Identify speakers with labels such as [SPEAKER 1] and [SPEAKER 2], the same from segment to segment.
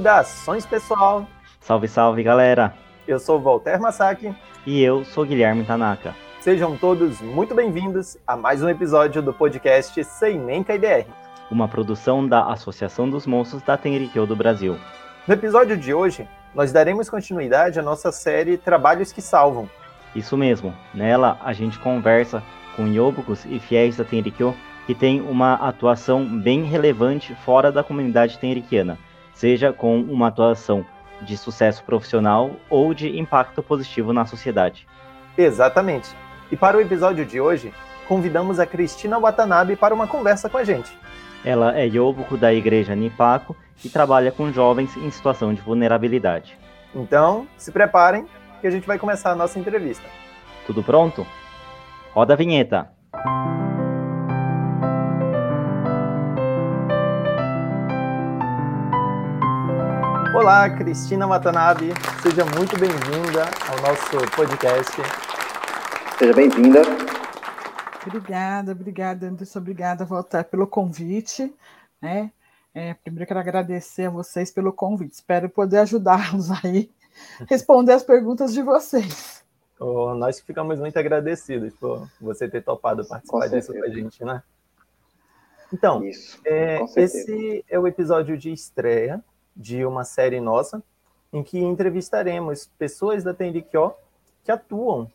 [SPEAKER 1] Saudações, pessoal!
[SPEAKER 2] Salve, salve, galera!
[SPEAKER 1] Eu sou Walter Masaki.
[SPEAKER 2] E eu sou Guilherme Tanaka.
[SPEAKER 1] Sejam todos muito bem-vindos a mais um episódio do podcast Sem Nem KDR.
[SPEAKER 2] Uma produção da Associação dos Monstros da Tenrikyo do Brasil.
[SPEAKER 1] No episódio de hoje, nós daremos continuidade à nossa série Trabalhos que Salvam.
[SPEAKER 2] Isso mesmo, nela a gente conversa com Yobokus e fiéis da Tenrikyo que têm uma atuação bem relevante fora da comunidade tenrikiana, seja com uma atuação de sucesso profissional ou de impacto positivo na sociedade.
[SPEAKER 1] Exatamente. E para o episódio de hoje, convidamos a Cristina Watanabe para uma conversa com a gente.
[SPEAKER 2] Ela é Yoboku da Igreja Nipako e trabalha com jovens em situação de vulnerabilidade.
[SPEAKER 1] Então, se preparem que a gente vai começar a nossa entrevista.
[SPEAKER 2] Tudo pronto? Roda a vinheta!
[SPEAKER 1] Olá, Cristina Watanabe, seja muito bem-vinda ao nosso podcast.
[SPEAKER 3] Seja bem-vinda.
[SPEAKER 4] Obrigada, Anderson, obrigada, Walter, pelo convite, né? Primeiro quero agradecer a vocês pelo convite, espero poder ajudá-los aí, responder as perguntas de vocês.
[SPEAKER 1] Nós ficamos muito agradecidos por você ter topado participar disso com a gente, né? Então, esse é o episódio de estreia de uma série nossa, em que entrevistaremos pessoas da Tenrikyo que atuam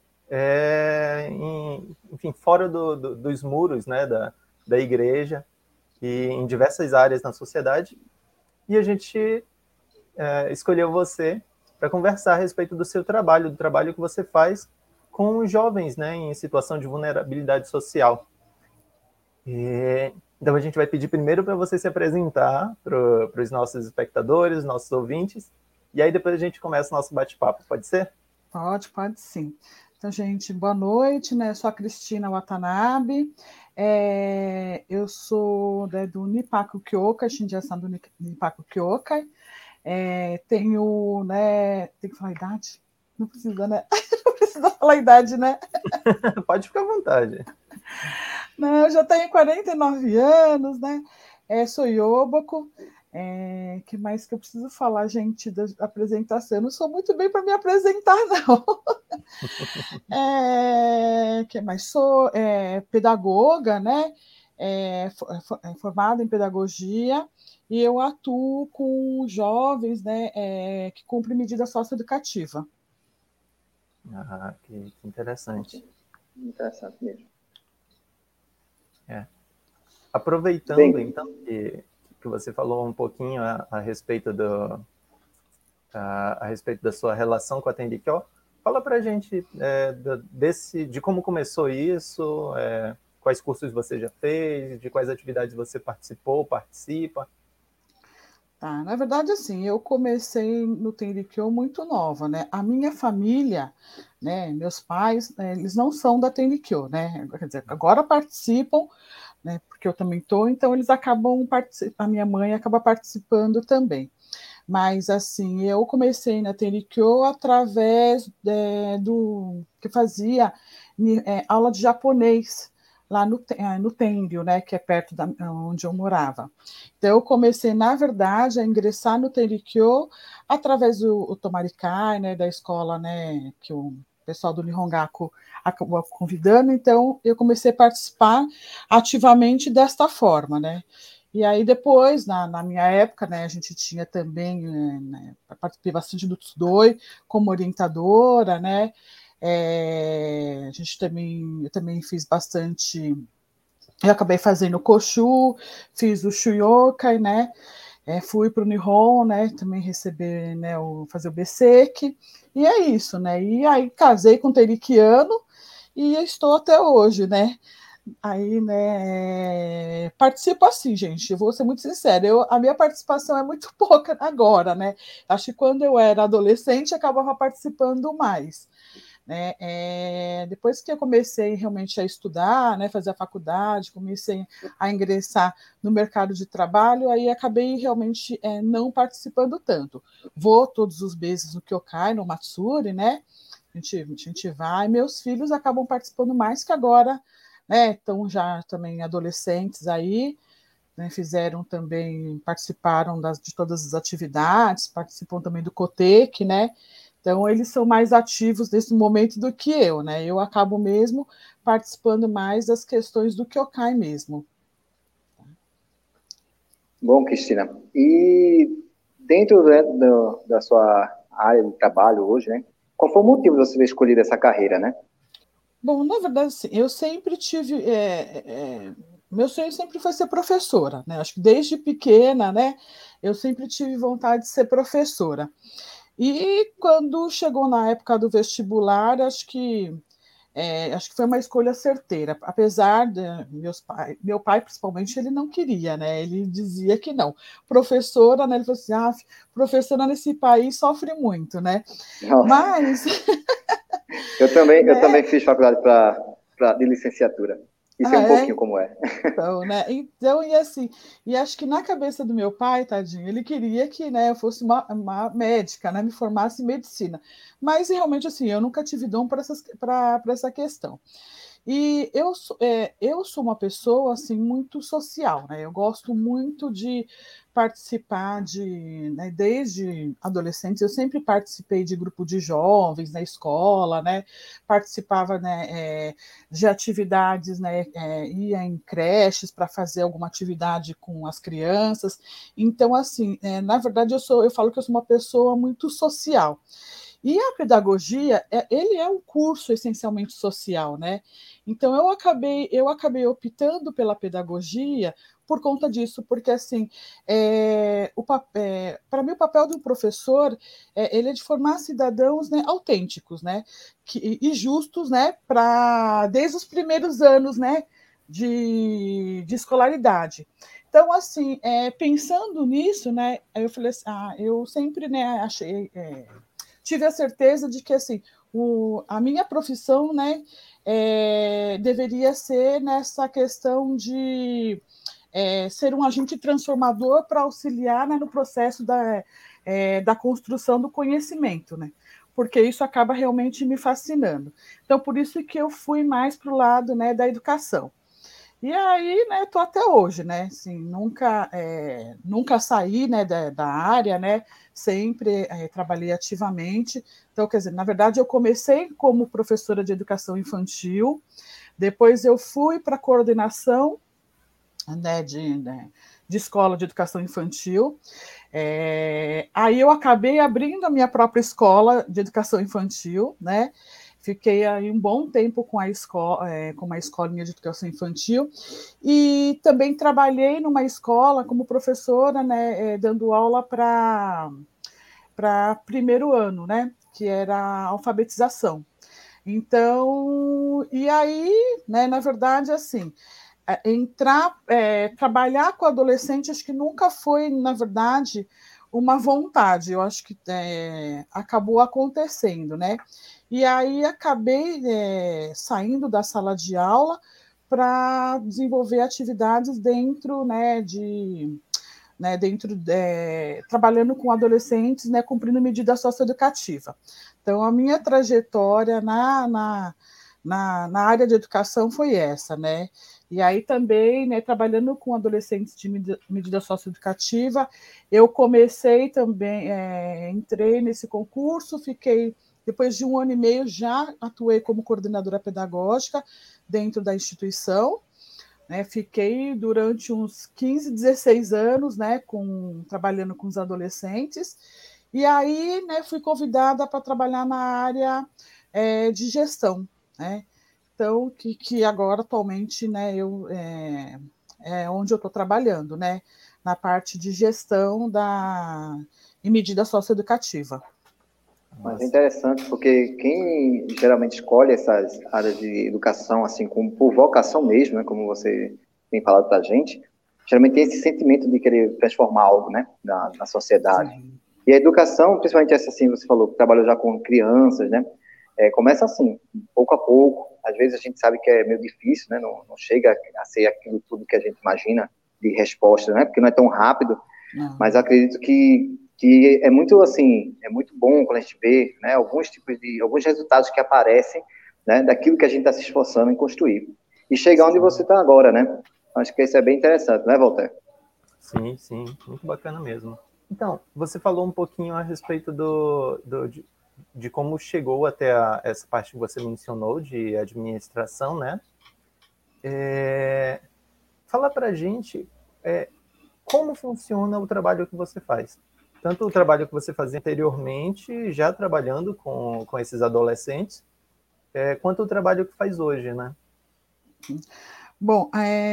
[SPEAKER 1] fora dos muros, né, da igreja e em diversas áreas na sociedade. E a gente escolheu você para conversar a respeito do seu trabalho, do trabalho que você faz com os jovens, né, em situação de vulnerabilidade social. Então a gente vai pedir primeiro para você se apresentar para os nossos espectadores, nossos ouvintes, e aí depois a gente começa o nosso bate-papo, pode ser?
[SPEAKER 4] Pode sim. Então, gente, boa noite, né? Eu sou a Cristina Watanabe, eu sou do Nipako Kyokai, Shinji-san do Nipako Kyokai, tenho, né, tem que falar a idade? Não precisa, né? Não precisa falar a idade, né?
[SPEAKER 1] Pode ficar à vontade.
[SPEAKER 4] Não, eu já tenho 49 anos, né? Sou Yoboku. Que mais que eu preciso falar, gente, da apresentação? Eu não sou muito bem para me apresentar, não. Que mais? Sou pedagoga, né? Formada em pedagogia, e eu atuo com jovens, né, que cumprem medida socioeducativa.
[SPEAKER 1] Ah, que interessante.
[SPEAKER 3] Interessante mesmo.
[SPEAKER 1] Aproveitando, então, que você falou um pouquinho a respeito da sua relação com a Tenrikyo, fala para a gente de como começou isso, quais cursos você já fez, de quais atividades você participa.
[SPEAKER 4] Tá, na verdade, assim, eu comecei no Tenrikyo muito nova, né? A minha família, né, meus pais, eles não são da Tenrikyo, né? Quer dizer, agora participam, né, porque eu também estou, então eles acabam participando, a minha mãe acaba participando também. Mas, assim, eu comecei na Tenrikyo através do que fazia aula de japonês lá no Tenryo, né, que é perto onde eu morava. Então, eu comecei, na verdade, a ingressar no Tenrikyo através do Tomarikai, né, da escola, né, que o pessoal do Nihongaku acabou convidando. Então, eu comecei a participar ativamente desta forma, né. E aí, depois, na minha época, né, a gente tinha também, né, participei bastante do Tsudoi como orientadora, né. Eu também fiz bastante. Eu acabei fazendo o Koshu, fiz o Shuyokai, né? Fui para o Nihon, né? Também receber, né? Fazer o Beseki, e é isso, né? E aí casei com um terikiano e estou até hoje, né? Aí, né? Participo assim, gente. Eu vou ser muito sincera. A minha participação é muito pouca agora, né? Acho que quando eu era adolescente, eu acabava participando mais. Né? Depois que eu comecei realmente a estudar, né, fazer a faculdade, comecei a ingressar no mercado de trabalho, aí acabei realmente não participando tanto. Vou todos os meses no Kyokai, no Matsuri, né? A gente vai, meus filhos acabam participando mais, que agora, né, estão já também adolescentes aí, né, fizeram também, participaram de todas as atividades, participam também do COTEC, né? Então, eles são mais ativos nesse momento do que eu, né? Eu acabo mesmo participando mais das questões do Kyokai mesmo.
[SPEAKER 3] Bom, Cristina, e dentro, né, da sua área de trabalho hoje, né, qual foi o motivo de você ter escolhido essa carreira, né?
[SPEAKER 4] Bom, na verdade, assim, eu sempre tive... meu sonho sempre foi ser professora, né? Acho que desde pequena, né, eu sempre tive vontade de ser professora. E quando chegou na época do vestibular, acho que foi uma escolha certeira, apesar de meu pai principalmente, ele não queria, né? Ele dizia que não. Professora, né? Ele falou assim, professora nesse país sofre muito, né?
[SPEAKER 3] Nossa.
[SPEAKER 4] Mas
[SPEAKER 3] eu também fiz faculdade de licenciatura. E sei um pouquinho como é.
[SPEAKER 4] Então, né? Então, e assim, e acho que na cabeça do meu pai, tadinho, ele queria que, né, eu fosse uma médica, né, me formasse em medicina. Mas realmente, assim, eu nunca tive dom para essa questão. E eu sou uma pessoa assim muito social, né? Eu gosto muito de participar né, desde adolescente, eu sempre participei de grupo de jovens na escola, né? Participava, né, de atividades, né? Ia em creches para fazer alguma atividade com as crianças. Então, assim, na verdade, eu falo que eu sou uma pessoa muito social. E a pedagogia, ele é um curso essencialmente social, né? Então eu acabei optando pela pedagogia por conta disso, porque assim, para mim o papel do professor ele é de formar cidadãos, né, autênticos, né, e justos, né, desde os primeiros anos, né, de escolaridade. Então, assim, pensando nisso, né, eu falei assim, eu sempre, né, tive a certeza de que assim, a minha profissão, né, deveria ser nessa questão de ser um agente transformador para auxiliar, né, no processo da construção do conhecimento, né? Porque isso acaba realmente me fascinando. Então, por isso que eu fui mais para o lado, né, da educação. E aí, né, estou até hoje, né, assim, nunca saí, né, da área, né, sempre trabalhei ativamente. Então, quer dizer, na verdade, eu comecei como professora de educação infantil, depois eu fui para a coordenação, né, de escola de educação infantil, aí eu acabei abrindo a minha própria escola de educação infantil, né, fiquei aí um bom tempo com uma escolinha de educação infantil e também trabalhei numa escola como professora, né, dando aula para primeiro ano, né, que era a alfabetização. Então, e aí, né, na verdade, assim, trabalhar com adolescente, acho que nunca foi, na verdade, uma vontade, eu acho que acabou acontecendo, né? E aí acabei saindo da sala de aula para desenvolver atividades dentro, né, trabalhando com adolescentes, né, cumprindo medida socioeducativa. Então, a minha trajetória na área de educação foi essa, né? E aí também, né, trabalhando com adolescentes de medida socioeducativa, eu comecei também, entrei nesse concurso, depois de 1 ano e meio, já atuei como coordenadora pedagógica dentro da instituição, né, fiquei durante uns 15, 16 anos, né, trabalhando com os adolescentes, e aí, né, fui convidada para trabalhar na área de gestão, né? Então, que agora, atualmente, né, é onde eu estou trabalhando, né, na parte de gestão em medida socioeducativa.
[SPEAKER 3] Mas é interessante, porque quem geralmente escolhe essas áreas de educação, assim, por vocação mesmo, né, como você tem falado para a gente, geralmente tem esse sentimento de querer transformar algo, né, na sociedade. Sim. E a educação, principalmente essa, assim, você falou que trabalha já com crianças, né, começa assim, pouco a pouco. Às vezes a gente sabe que é meio difícil, né, não chega a ser aquilo tudo que a gente imagina de resposta, né, porque não é tão rápido, mas acredito que é muito, assim, é muito bom quando a gente vê, né, alguns resultados que aparecem, né, daquilo que a gente está se esforçando em construir. E chegar onde você está agora, né? Acho que isso é bem interessante, né, Walter?
[SPEAKER 1] Sim, sim, muito bacana mesmo. Então, você falou um pouquinho a respeito de como chegou até essa parte que você mencionou de administração, né? Fala pra gente como funciona o trabalho que você faz. Tanto o trabalho que você fazia anteriormente, já trabalhando com esses adolescentes, quanto o trabalho que faz hoje, né?
[SPEAKER 4] Bom,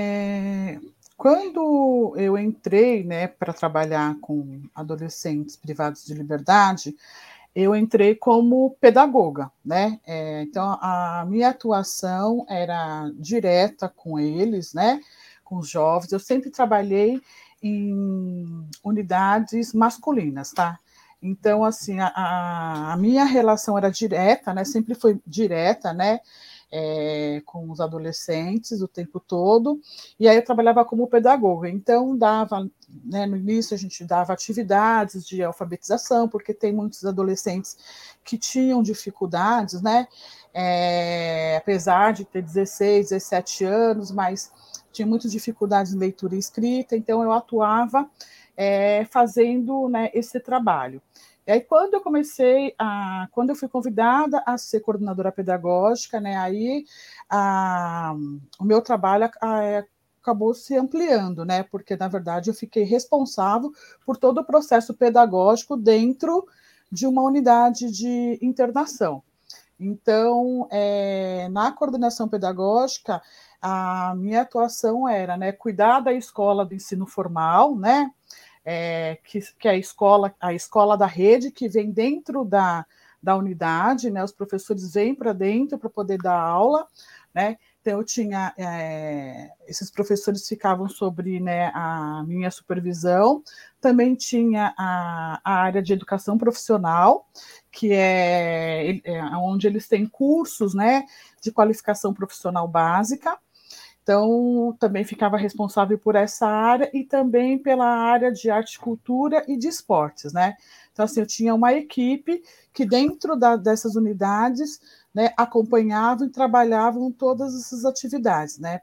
[SPEAKER 4] quando eu entrei, né, para trabalhar com adolescentes privados de liberdade, eu entrei como pedagoga, né? Então, a minha atuação era direta com eles, né? Com os jovens. Eu sempre trabalhei em unidades masculinas, tá? Então, assim, a minha relação era direta, né? Sempre foi direta, né? Com os adolescentes o tempo todo, e aí eu trabalhava como pedagoga, então dava, né, no início a gente dava atividades de alfabetização, porque tem muitos adolescentes que tinham dificuldades, né, apesar de ter 16, 17 anos, mas tinha muitas dificuldades em leitura e escrita, então eu atuava fazendo, né, esse trabalho. E aí, quando eu fui convidada a ser coordenadora pedagógica, né, aí o meu trabalho acabou se ampliando, né, porque, na verdade, eu fiquei responsável por todo o processo pedagógico dentro de uma unidade de internação. Então, na coordenação pedagógica, a minha atuação era, né, cuidar da escola do ensino formal, né, que é a escola da rede, que vem dentro da unidade, né? Os professores vêm para dentro para poder dar aula, né? Então, eu tinha esses professores ficavam sobre, né, a minha supervisão. Também tinha a área de educação profissional, que é onde eles têm cursos, né, de qualificação profissional básica. Então, também ficava responsável por essa área e também pela área de arte, cultura e de esportes, né? Então, assim, eu tinha uma equipe que dentro dessas unidades, né, acompanhavam e trabalhavam todas essas atividades, né,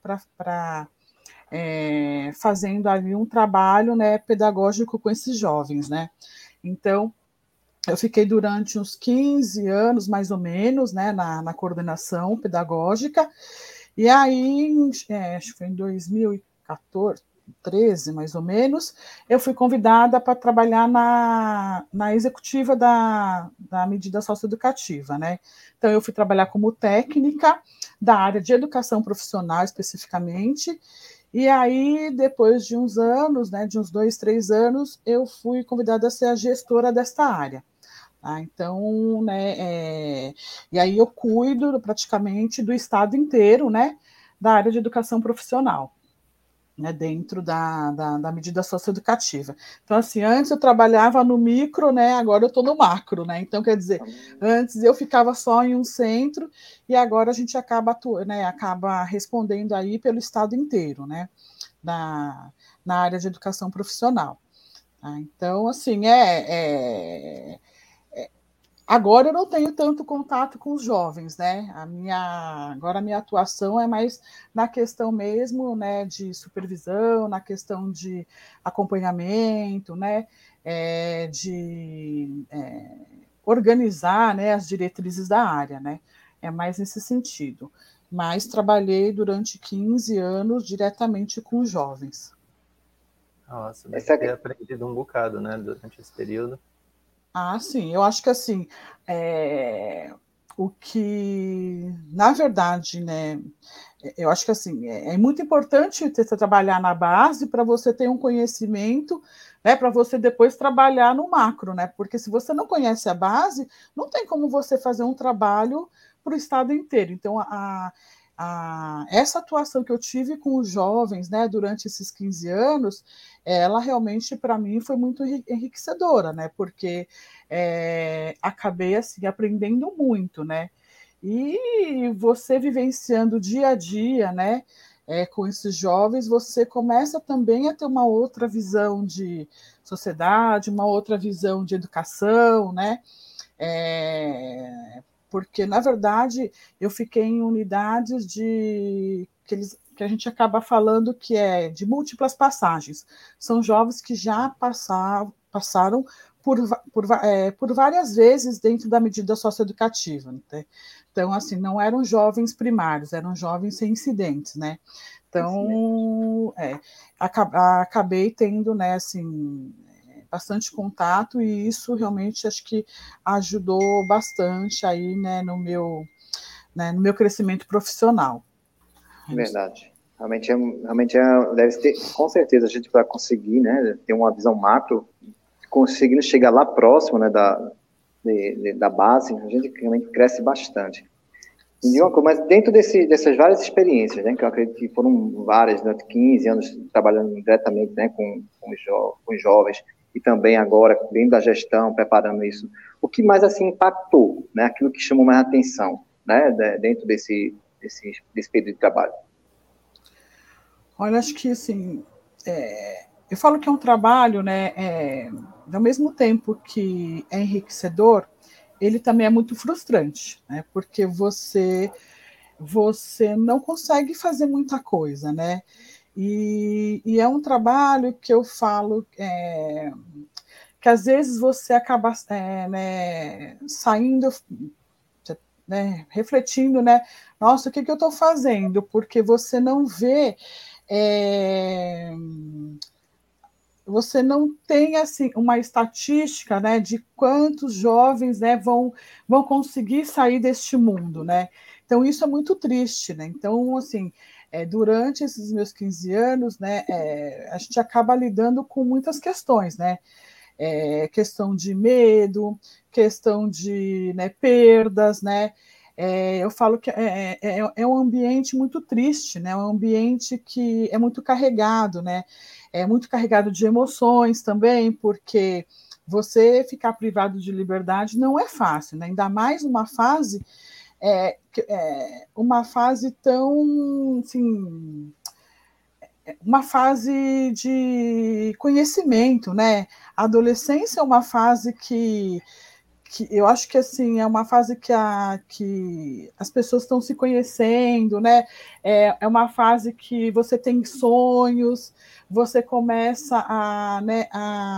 [SPEAKER 4] fazendo ali um trabalho, né, pedagógico com esses jovens, né? Então, eu fiquei durante uns 15 anos, mais ou menos, né, na coordenação pedagógica. E aí, acho que foi em 2014, 13, mais ou menos, eu fui convidada para trabalhar na executiva da medida socioeducativa, né? Então, eu fui trabalhar como técnica da área de educação profissional, especificamente, e aí, depois de uns anos, né, de uns 2, 3 anos, eu fui convidada a ser a gestora desta área. Então, né, e aí eu cuido praticamente do estado inteiro, né, da área de educação profissional, né, dentro da medida socioeducativa. Então, assim, antes eu trabalhava no micro, né, agora eu estou no macro, né, então, quer dizer, antes eu ficava só em um centro e agora a gente acaba respondendo aí pelo estado inteiro, né, na área de educação profissional. Então, assim, agora eu não tenho tanto contato com os jovens, né? Agora a minha atuação é mais na questão mesmo, né, de supervisão, na questão de acompanhamento, né, de organizar, né, as diretrizes da área, né? É mais nesse sentido. Mas trabalhei durante 15 anos diretamente com os jovens.
[SPEAKER 1] Nossa, deve ter aprendido um bocado, né, durante esse período.
[SPEAKER 4] Sim, eu acho que assim, o que, na verdade, né, eu acho que assim, é muito importante você trabalhar na base para você ter um conhecimento, né, para você depois trabalhar no macro, né? Porque se você não conhece a base, não tem como você fazer um trabalho para o estado inteiro. Então, essa atuação que eu tive com os jovens, né, durante esses 15 anos, ela realmente, para mim, foi muito enriquecedora, né, porque acabei, assim, aprendendo muito, né, e você vivenciando dia a dia, né, com esses jovens, você começa também a ter uma outra visão de sociedade, uma outra visão de educação, né, porque, na verdade, eu fiquei em unidades que eles que a gente acaba falando que é de múltiplas passagens. São jovens que já passaram por várias vezes dentro da medida socioeducativa. Né? Então, assim, não eram jovens primários, eram jovens reincidentes, né? Então, acabei tendo, né, assim, bastante contato, e isso realmente acho que ajudou bastante aí, né, no meu crescimento profissional.
[SPEAKER 3] Verdade. Realmente deve ter, com certeza, a gente para conseguir, né, ter uma visão macro, conseguindo chegar lá próximo, né, da base, a gente realmente cresce bastante. E uma coisa, mas dentro dessas várias experiências, né, que eu acredito que foram várias, durante 15 anos trabalhando diretamente, né, com os jovens, e também agora dentro da gestão, preparando isso, o que mais assim impactou, né, aquilo que chamou mais atenção, né, dentro desse período de trabalho?
[SPEAKER 4] Olha, acho que assim, eu falo que é um trabalho, né, ao mesmo tempo que é enriquecedor, ele também é muito frustrante, né, porque você não consegue fazer muita coisa, né, e é um trabalho que eu falo que às vezes você acaba né, saindo, né, refletindo, né, nossa, o que eu estou fazendo? Porque você não vê, você não tem assim uma estatística, né, de quantos jovens, né, vão conseguir sair deste mundo, né? Então isso é muito triste, né? Então assim, durante esses meus 15 anos, né, a gente acaba lidando com muitas questões, né? Questão de medo, questão de, né, perdas, né? Eu falo que é um ambiente muito triste, né? Um ambiente que é muito carregado, né? É muito carregado de emoções também, porque você ficar privado de liberdade não é fácil, né? Ainda mais numa fase tão, assim, uma fase de conhecimento, né? A adolescência é uma fase que eu acho que assim é uma fase que as pessoas estão se conhecendo, né? É uma fase que você tem sonhos, você começa né,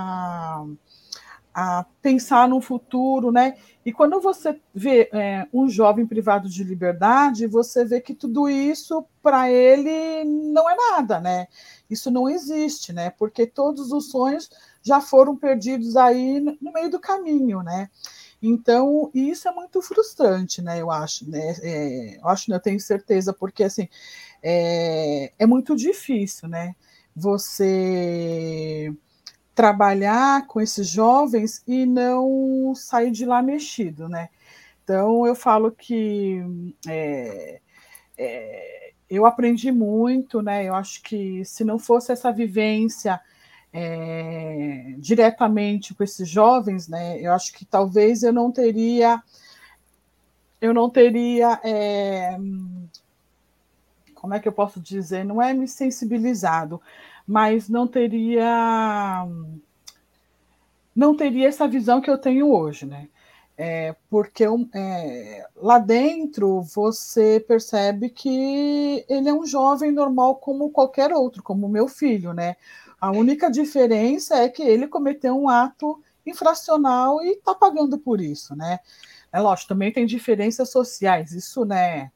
[SPEAKER 4] a pensar no futuro, né? E quando você vê um jovem privado de liberdade, você vê que tudo isso para ele não é nada, né? Isso não existe, né? Porque todos os sonhos já foram perdidos aí no meio do caminho, né? Então, isso é muito frustrante, né? Eu acho, né? Eu tenho certeza, porque assim é muito difícil, né? Você trabalhar com esses jovens e não sair de lá mexido, né? Então, eu falo que eu aprendi muito, né? Eu acho que se não fosse essa vivência diretamente com esses jovens, né? Eu acho que talvez eu não teria como é que eu posso dizer? Não é me sensibilizado, mas não teria essa visão que eu tenho hoje, né? Porque lá dentro você percebe que ele é um jovem normal como qualquer outro, como o meu filho, né? A única diferença é que ele cometeu um ato infracional e está pagando por isso, né? É lógico, também tem diferenças sociais, isso, né?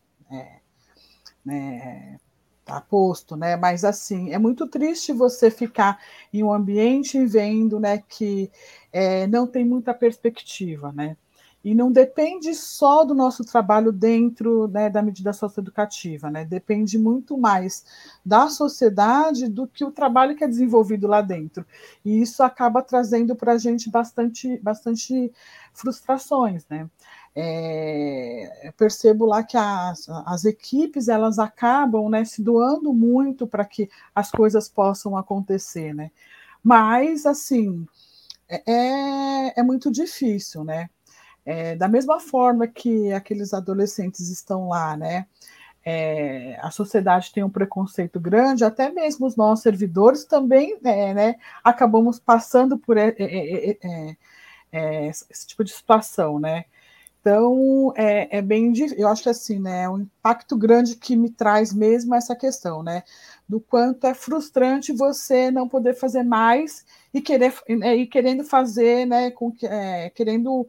[SPEAKER 4] Tá posto, né? Mas assim, é muito triste você ficar em um ambiente vendo, né, que não tem muita perspectiva, né? E não depende só do nosso trabalho dentro, né, da medida socioeducativa, né? Depende muito mais da sociedade do que o trabalho que é desenvolvido lá dentro. E isso acaba trazendo para a gente bastante frustrações, né? Eu percebo lá que as equipes elas acabam, né, se doando muito para que as coisas possam acontecer, né? Mas assim é muito difícil, né? Da mesma forma que aqueles adolescentes estão lá, né? A sociedade tem um preconceito grande, até mesmo os nossos servidores também, né, acabamos passando por esse tipo de situação, né? Então, bem difícil. Eu acho que assim, né, é um impacto grande que me traz mesmo essa questão, né, do quanto é frustrante você não poder fazer mais e querendo fazer, né, querendo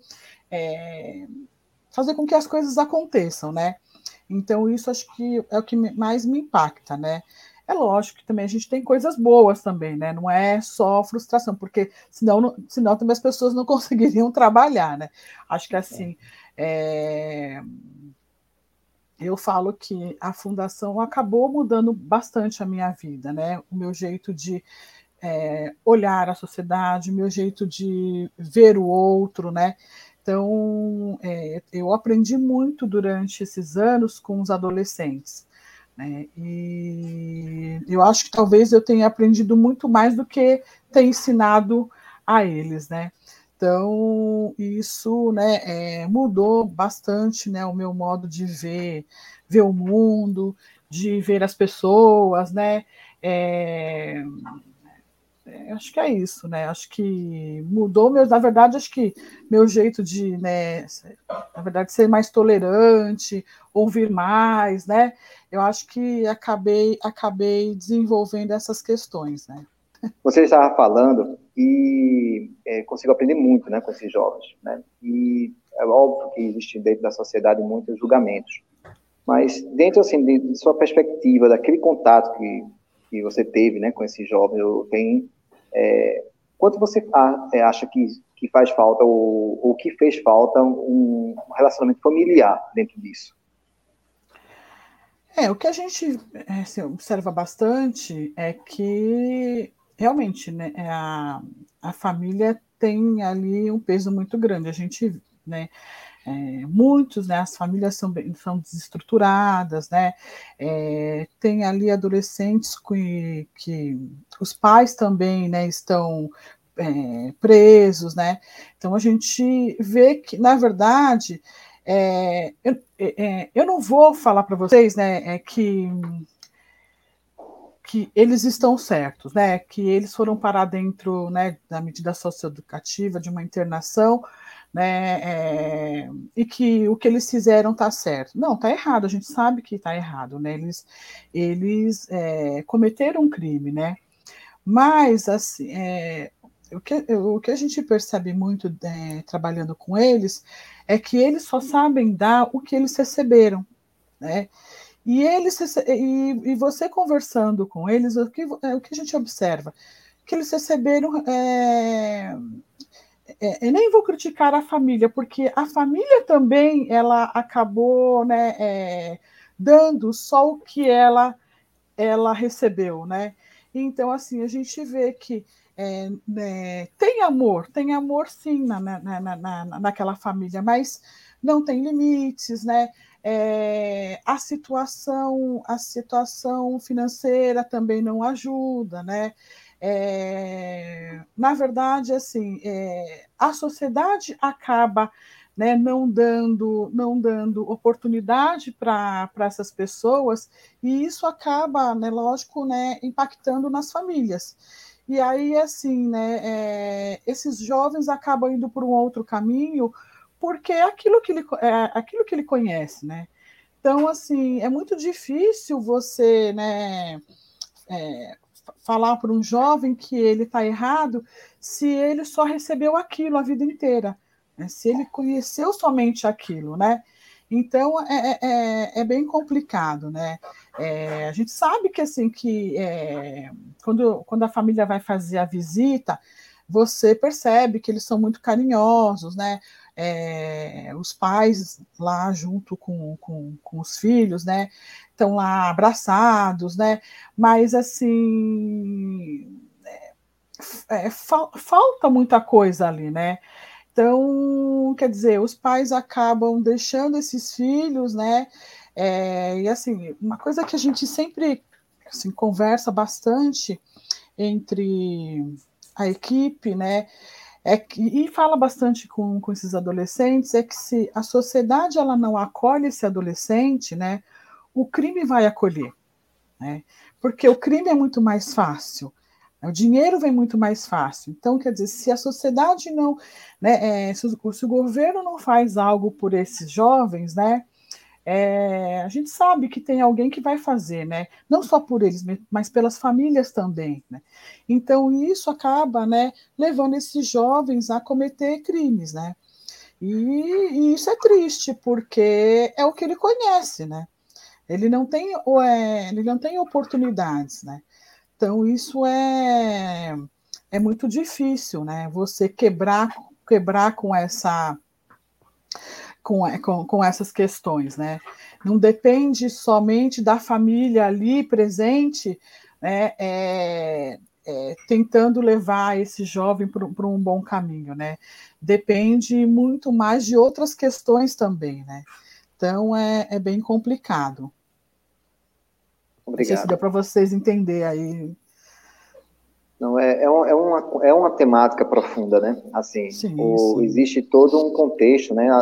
[SPEAKER 4] fazer com que as coisas aconteçam, né? Então, isso acho que é o que mais me impacta, né? É lógico que também a gente tem coisas boas também, né? Não é só frustração, porque senão também as pessoas não conseguiriam trabalhar, né? Acho que assim, eu falo que a fundação acabou mudando bastante a minha vida, né? O meu jeito de olhar a sociedade, o meu jeito de ver o outro, né? Então, eu aprendi muito durante esses anos com os adolescentes, né? E eu acho que talvez eu tenha aprendido muito mais do que ter ensinado a eles, né? Então, isso, né, mudou bastante, né, o meu modo de ver o mundo, de ver as pessoas, né? Acho que é isso, né? Acho que mudou, na verdade, acho que meu jeito de, né, na verdade, ser mais tolerante, ouvir mais, né? Eu acho que acabei desenvolvendo essas questões, né?
[SPEAKER 3] Você estava falando e consigo aprender muito, né, com esses jovens, né? E é óbvio que existe dentro da sociedade muitos julgamentos, mas dentro assim de sua perspectiva, daquele contato que você teve, né, com esses jovens, eu tenho quanto você acha que faz falta ou que fez falta um relacionamento familiar dentro disso?
[SPEAKER 4] O que a gente assim, observa bastante é que realmente, né, a família tem ali um peso muito grande. A gente, né, muitos, né, as famílias são desestruturadas, né, tem ali adolescentes que os pais também, né, estão presos, né, então a gente vê que, na verdade, eu não vou falar para vocês, né, que eles estão certos, né, que eles foram parar dentro, né, da medida socioeducativa, de uma internação, né, e que o que eles fizeram está certo. Não, está errado, a gente sabe que está errado, né, eles cometeram um crime, né, mas, assim, o que a gente percebe muito trabalhando com eles é que eles só sabem dar o que eles receberam, né? E você conversando com eles, o que a gente observa? Que eles receberam. Nem vou criticar a família, porque a família também ela acabou, né, dando só o que ela recebeu, né? Então, assim, a gente vê que né, tem amor sim naquela família, mas não tem limites, né? A situação financeira também não ajuda, né? Na verdade, assim, a sociedade acaba, né, não dando oportunidade para essas pessoas, e isso acaba, né, lógico, né, impactando nas famílias. E aí, assim, né, esses jovens acabam indo por um outro caminho, porque é aquilo que ele conhece, né? Então, assim, é muito difícil você, né, falar para um jovem que ele está errado se ele só recebeu aquilo a vida inteira, né? Se ele conheceu somente aquilo, né? Então é bem complicado, né? A gente sabe que assim quando a família vai fazer a visita, você percebe que eles são muito carinhosos, né? Os pais lá junto com os filhos, né? Estão lá abraçados, né? Mas assim falta muita coisa ali, né? Então, quer dizer, os pais acabam deixando esses filhos, né? E assim, uma coisa que a gente sempre assim, conversa bastante entre a equipe, né? E fala bastante com esses adolescentes, é que se a sociedade ela não acolhe esse adolescente, né? O crime vai acolher, né? Porque o crime é muito mais fácil. O dinheiro vem muito mais fácil. Então, quer dizer, se a sociedade não, né, se o governo não faz algo por esses jovens, né, a gente sabe que tem alguém que vai fazer, né, não só por eles, mas pelas famílias também, né. Então, isso acaba, né, levando esses jovens a cometer crimes, né. E isso é triste, porque é o que ele conhece, né. Ele não tem oportunidades, né. Então, isso é muito difícil, né? Você quebrar com com essas questões, né? Não depende somente da família ali presente, né? Tentando levar esse jovem para um bom caminho, né? Depende muito mais de outras questões também, né? Então é bem complicado.
[SPEAKER 3] Obrigado.
[SPEAKER 4] Não sei se deu para vocês entender aí.
[SPEAKER 3] Não, é uma temática profunda, né? Assim,
[SPEAKER 4] Sim.
[SPEAKER 3] Existe todo um contexto, né?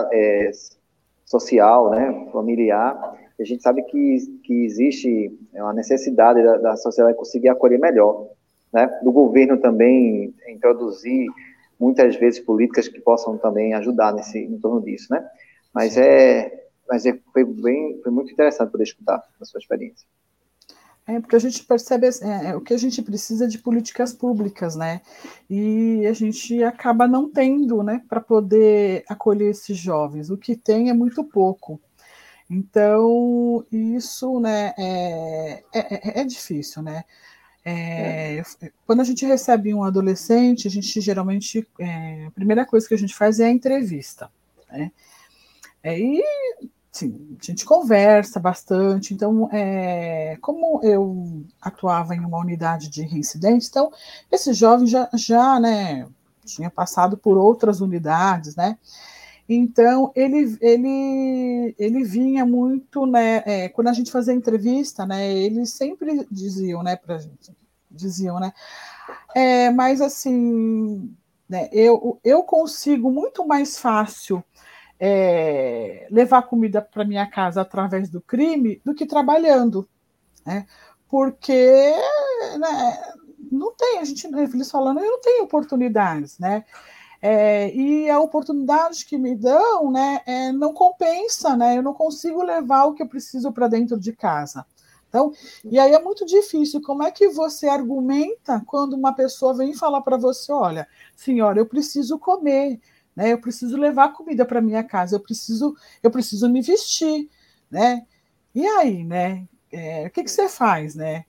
[SPEAKER 3] Social, né? Familiar. A gente sabe que existe uma necessidade da sociedade conseguir acolher melhor, né? Do governo também introduzir muitas vezes políticas que possam também ajudar em torno disso, né? Mas foi muito interessante poder escutar a sua experiência.
[SPEAKER 4] Porque a gente percebe o que a gente precisa de políticas públicas, né? E a gente acaba não tendo, né, para poder acolher esses jovens. O que tem é muito pouco. Então, isso, né, é difícil, né? Quando a gente recebe um adolescente, a gente geralmente, a primeira coisa que a gente faz é a entrevista, né? E sim, a gente conversa bastante. Então, como eu atuava em uma unidade de reincidentes, então esse jovem já né, tinha passado por outras unidades, né? Então ele vinha muito, né? Quando a gente fazia entrevista, né? Eles sempre diziam, né, para gente, né? Mas assim, né, eu consigo muito mais fácil levar comida para minha casa através do crime do que trabalhando, né? Porque, né, não tem, eles falando, eu não tenho oportunidades, né? E a oportunidade que me dão, né, não compensa, né? Eu não consigo levar o que eu preciso para dentro de casa. Então, e aí é muito difícil. Como é que você argumenta quando uma pessoa vem falar para você, olha, senhora, eu preciso comer, né? Eu preciso levar comida para minha casa, eu preciso me vestir, né? E aí, né? O que você faz, né?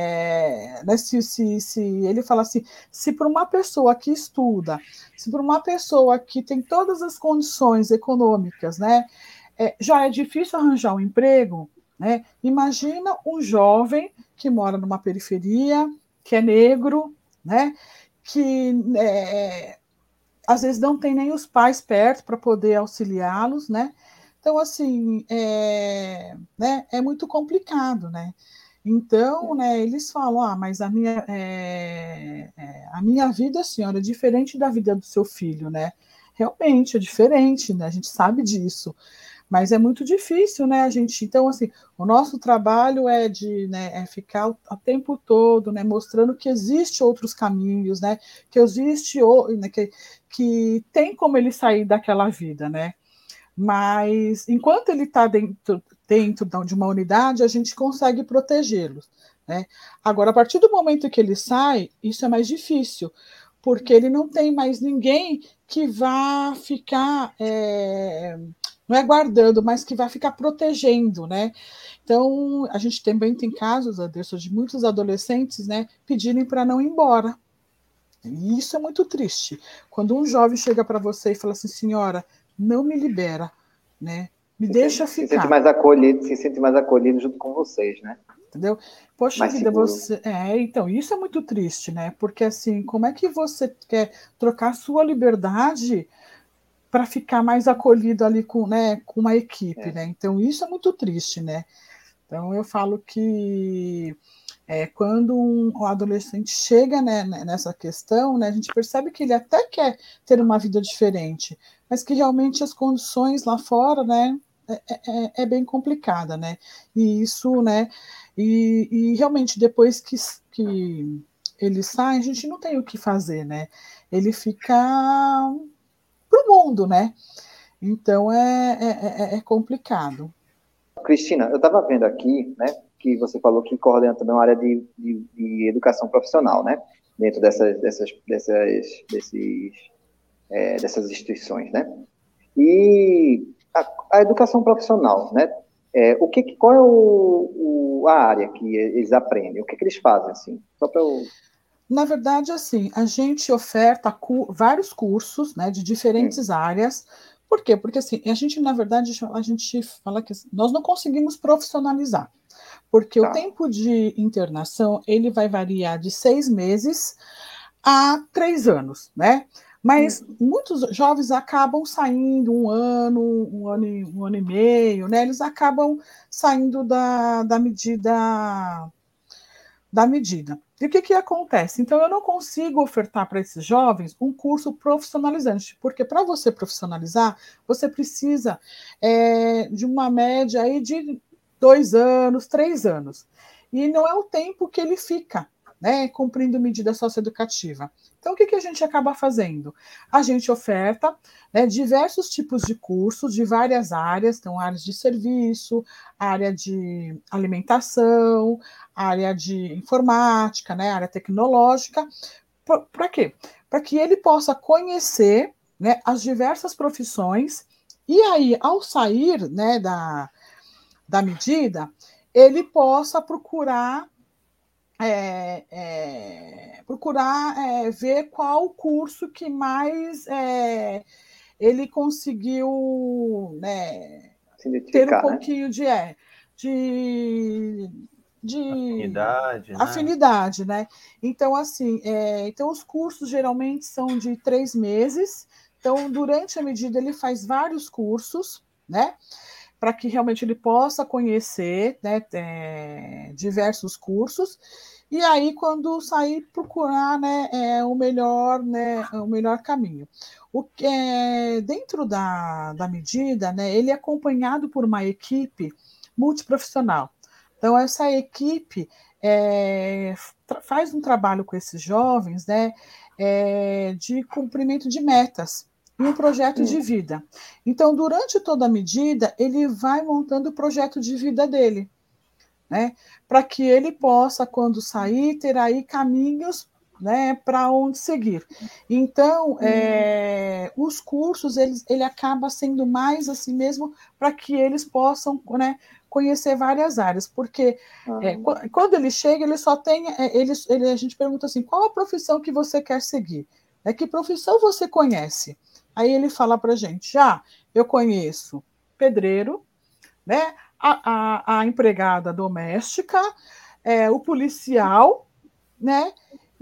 [SPEAKER 4] Se ele fala assim, se para uma pessoa que estuda, se para uma pessoa que tem todas as condições econômicas, né, já é difícil arranjar um emprego, né? Imagina um jovem que mora numa periferia, que é negro, né? Que às vezes não tem nem os pais perto para poder auxiliá-los, né? Então, assim, né, é muito complicado, né? Então, né, eles falam, mas a minha vida, senhora, é diferente da vida do seu filho, né? Realmente é diferente, né? A gente sabe disso. Mas é muito difícil, né, a gente... Então, assim, o nosso trabalho né, ficar o tempo todo, né, mostrando que existe outros caminhos, né, que existe, né, que tem como ele sair daquela vida, né? Mas, enquanto ele está dentro de uma unidade, a gente consegue protegê-los, né? Agora, a partir do momento que ele sai, isso é mais difícil, porque ele não tem mais ninguém que vá ficar... não é guardando, mas que vai ficar protegendo, né? Então, a gente também tem casos, Anderson, de muitos adolescentes, né, pedirem para não ir embora. E isso é muito triste. Quando um jovem chega para você e fala assim, senhora, não me libera, né? Me deixa ficar.
[SPEAKER 3] Se sente mais acolhido junto com vocês, né?
[SPEAKER 4] Entendeu? Poxa
[SPEAKER 3] mais
[SPEAKER 4] vida,
[SPEAKER 3] seguro.
[SPEAKER 4] você... então, isso é muito triste, né? Porque, assim, como é que você quer trocar a sua liberdade para ficar mais acolhido ali com uma equipe, né? Então, isso é muito triste, né? Então, eu falo que quando um adolescente chega, né, nessa questão, né, a gente percebe que ele até quer ter uma vida diferente, mas que realmente as condições lá fora, né, é bem complicada, né? E isso, né? E realmente depois que ele sai, a gente não tem o que fazer, né? Ele fica pro mundo, né? Então é complicado.
[SPEAKER 3] Cristina, eu estava vendo aqui, né, que você falou que coordena também uma área de educação profissional, né, dentro dessas instituições, né? E a educação profissional, né? Qual é a área que eles aprendem? O que eles fazem, assim? Só para eu...
[SPEAKER 4] Na verdade, assim, a gente oferta vários cursos, né, de diferentes áreas. Por quê? Porque, assim, a gente, na verdade, a gente fala que nós não conseguimos profissionalizar, porque o tempo de internação, ele vai variar de 6 meses a 3 anos, né? Mas muitos jovens acabam saindo um ano e meio, né? Eles acabam saindo da medida. E o que acontece? Então, eu não consigo ofertar para esses jovens um curso profissionalizante, porque para você profissionalizar, você precisa de uma média aí de 2 anos, 3 anos. E não é o tempo que ele fica, né, cumprindo medida socioeducativa. Então, o que a gente acaba fazendo? A gente oferta, né, diversos tipos de cursos de várias áreas, então áreas de serviço, área de alimentação, área de informática, né, área tecnológica. Para quê? Para que ele possa conhecer, né, as diversas profissões e aí, ao sair, né, da medida, ele possa procurar ver qual curso que mais ele conseguiu, né, ter um pouquinho, né, de afinidade, né? Então, assim, então os cursos geralmente são de 3 meses. Então, durante a medida, ele faz vários cursos, né? Para que realmente ele possa conhecer, né, diversos cursos, e aí, quando sair, procurar, né, o melhor caminho. Dentro da medida, né, ele é acompanhado por uma equipe multiprofissional. Então, essa equipe faz um trabalho com esses jovens, né, de cumprimento de metas e um projeto de vida. Então, durante toda a medida, ele vai montando o projeto de vida dele, né, para que ele possa, quando sair, ter aí caminhos, né, para onde seguir. Então, os cursos, ele acaba sendo mais assim mesmo, para que eles possam, né, conhecer várias áreas, porque quando ele chega, ele só tem, a gente pergunta assim, qual a profissão que você quer seguir? Que profissão você conhece? Aí ele fala para a gente, eu conheço pedreiro, né, a empregada doméstica, o policial, né,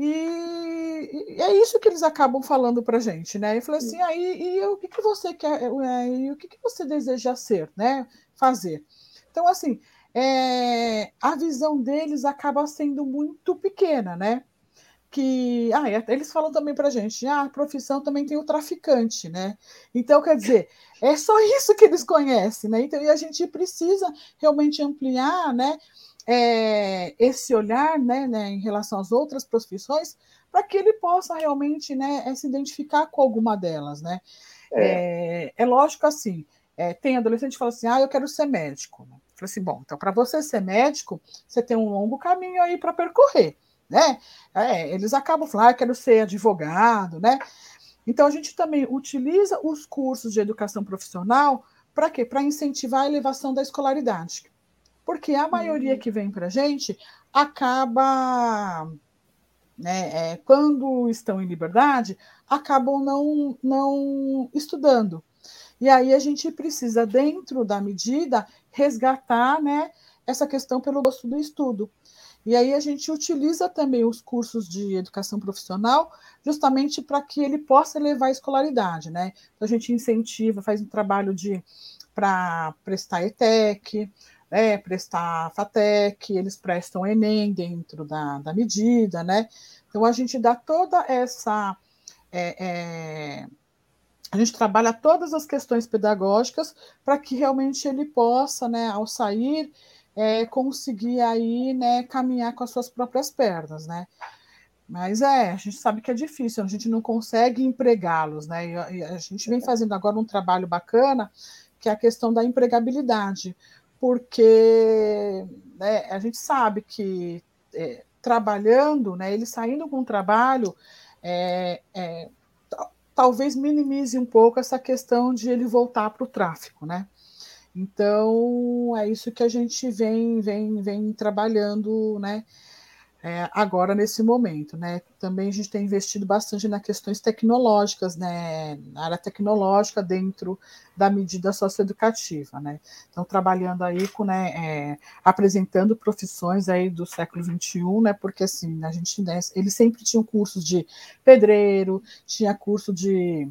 [SPEAKER 4] e é isso que eles acabam falando para a gente, né? Eu falei assim, o que você quer, e o que você deseja ser, né, fazer? Então, assim, a visão deles acaba sendo muito pequena, né? Eles falam também para a gente, a profissão também tem o traficante, né? Então, quer dizer, é só isso que eles conhecem, né? Então, e a gente precisa realmente ampliar, né, esse olhar, né, em relação às outras profissões, para que ele possa realmente, né, se identificar com alguma delas, né? É lógico assim, tem adolescente que fala assim, eu quero ser médico. Eu falei assim, bom, então para você ser médico, você tem um longo caminho aí para percorrer, né? Eles acabam falando, eu quero ser advogado, né? Então a gente também utiliza os cursos de educação profissional para quê? Para incentivar a elevação da escolaridade. Porque a maioria que vem para a gente acaba, né, quando estão em liberdade, acabam não estudando. E aí a gente precisa, dentro da medida, resgatar, né, essa questão pelo gosto do estudo. E aí a gente utiliza também os cursos de educação profissional justamente para que ele possa elevar a escolaridade, né? Então a gente incentiva, faz um trabalho para prestar ETEC, né, prestar FATEC, eles prestam Enem dentro da medida, né? Então a gente dá toda essa... a gente trabalha todas as questões pedagógicas para que realmente ele possa, né, ao sair, conseguir aí, né, caminhar com as suas próprias pernas, né? Mas a gente sabe que é difícil, a gente não consegue empregá-los, né? E a gente vem fazendo agora um trabalho bacana, que é a questão da empregabilidade, porque, né, a gente sabe que trabalhando, né, ele saindo com o trabalho, talvez minimize um pouco essa questão de ele voltar para o tráfico, né? Então, é isso que a gente vem trabalhando, né? Agora, nesse momento, né? Também a gente tem investido bastante nas questões tecnológicas, né? Na área tecnológica dentro da medida socioeducativa, né? Então, trabalhando aí com, né, apresentando profissões aí do século XXI, né? Porque assim, a gente, né, eles sempre tinham cursos de pedreiro, tinha curso de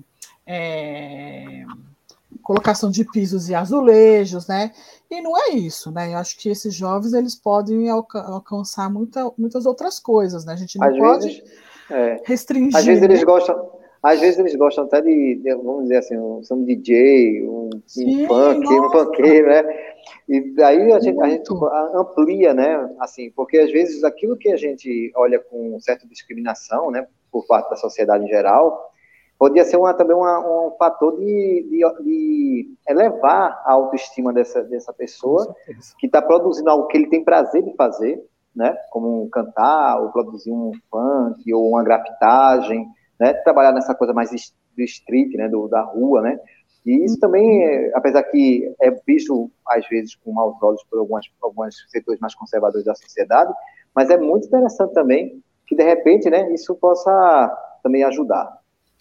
[SPEAKER 4] colocação de pisos e azulejos, né? E não é isso, né? Eu acho que esses jovens eles podem alcançar muitas outras coisas, né? A gente não
[SPEAKER 3] Às
[SPEAKER 4] pode
[SPEAKER 3] vezes,
[SPEAKER 4] restringir,
[SPEAKER 3] às vezes
[SPEAKER 4] né?
[SPEAKER 3] às vezes eles gostam até vamos dizer assim, um DJ, um
[SPEAKER 4] Sim,
[SPEAKER 3] funk, um
[SPEAKER 4] nossa,
[SPEAKER 3] funkeiro, né? E daí a gente
[SPEAKER 4] muito.
[SPEAKER 3] amplia, né? Assim, porque às vezes aquilo que a gente olha com certa discriminação, né, por parte da sociedade em geral, podia ser também um fator de elevar a autoestima dessa
[SPEAKER 4] Com
[SPEAKER 3] pessoa
[SPEAKER 4] certeza.
[SPEAKER 3] que está produzindo algo que ele tem prazer de fazer, né? Como cantar, ou produzir um funk, ou uma grafitagem, né? Trabalhar nessa coisa mais do street, né? Da rua, né? E isso também, apesar que é visto, às vezes, com maus olhos por alguns setores mais conservadores da sociedade, mas é muito interessante também que, de repente, né, isso possa também ajudar.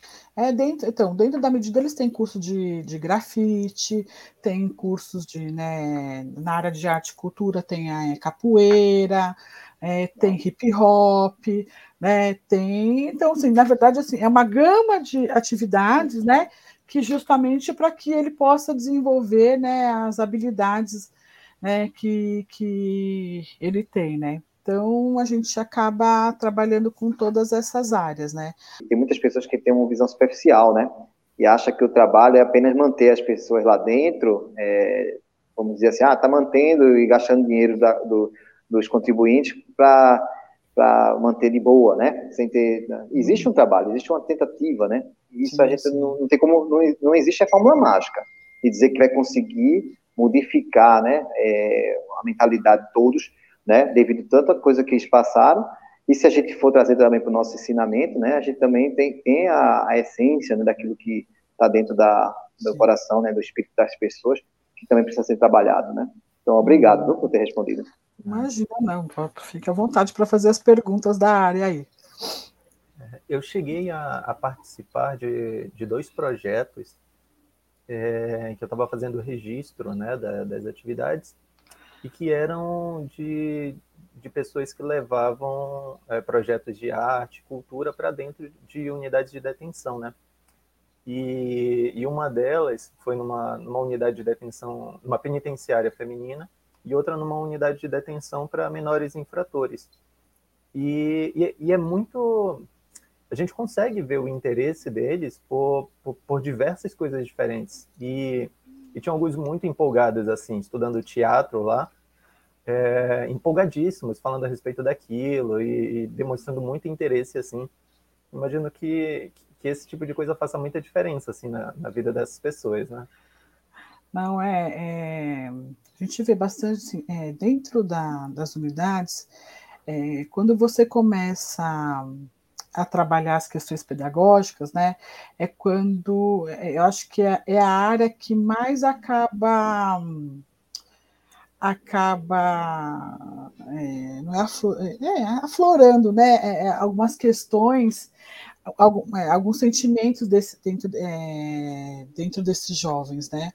[SPEAKER 4] Dentro da medida, eles têm curso de grafite, tem cursos né, na área de arte e cultura, tem a capoeira, tem hip hop, né, então, assim, na verdade, assim, é uma gama de atividades, né, que justamente para que ele possa desenvolver, né, as habilidades, né, que ele tem, né. Então, a gente acaba trabalhando com todas essas áreas, né.
[SPEAKER 3] Tem muitas pessoas que têm uma visão superficial, né? E acha que o trabalho é apenas manter as pessoas lá dentro, vamos dizer assim, tá mantendo e gastando dinheiro dos contribuintes para manter de boa, né? Sem ter, existe um trabalho, existe uma tentativa, né? E isso a gente não tem como, não existe a fórmula mágica e dizer que vai conseguir modificar, né? A mentalidade de todos, né? Devido a tanta coisa que eles passaram. E se a gente for trazer também para o nosso ensinamento, né, a gente também tem a essência, né, daquilo que está dentro do coração, né, do espírito das pessoas, que também precisa ser trabalhado, né? Então, obrigado, viu, por ter respondido.
[SPEAKER 4] Imagina, não, fique à vontade para fazer as perguntas da área aí.
[SPEAKER 1] Eu cheguei a participar de 2 projetos que eu estava fazendo o registro, né, das atividades, e que eram de pessoas que levavam projetos de arte, cultura para dentro de unidades de detenção, né? E uma delas foi numa unidade de detenção, uma penitenciária feminina, e outra numa unidade de detenção para menores infratores. E é muito... A gente consegue ver o interesse deles por diversas coisas diferentes. E tinha alguns muito empolgados, assim, estudando teatro lá, empolgadíssimos, falando a respeito daquilo e demonstrando muito interesse, assim. Imagino que esse tipo de coisa faça muita diferença, assim, na vida dessas pessoas, né?
[SPEAKER 4] Não, a gente vê bastante, assim, dentro das unidades, quando você começa a trabalhar as questões pedagógicas, né, é quando, eu acho que é a área que mais acaba não aflorando, né, algumas questões, alguns sentimentos dentro desses jovens, né?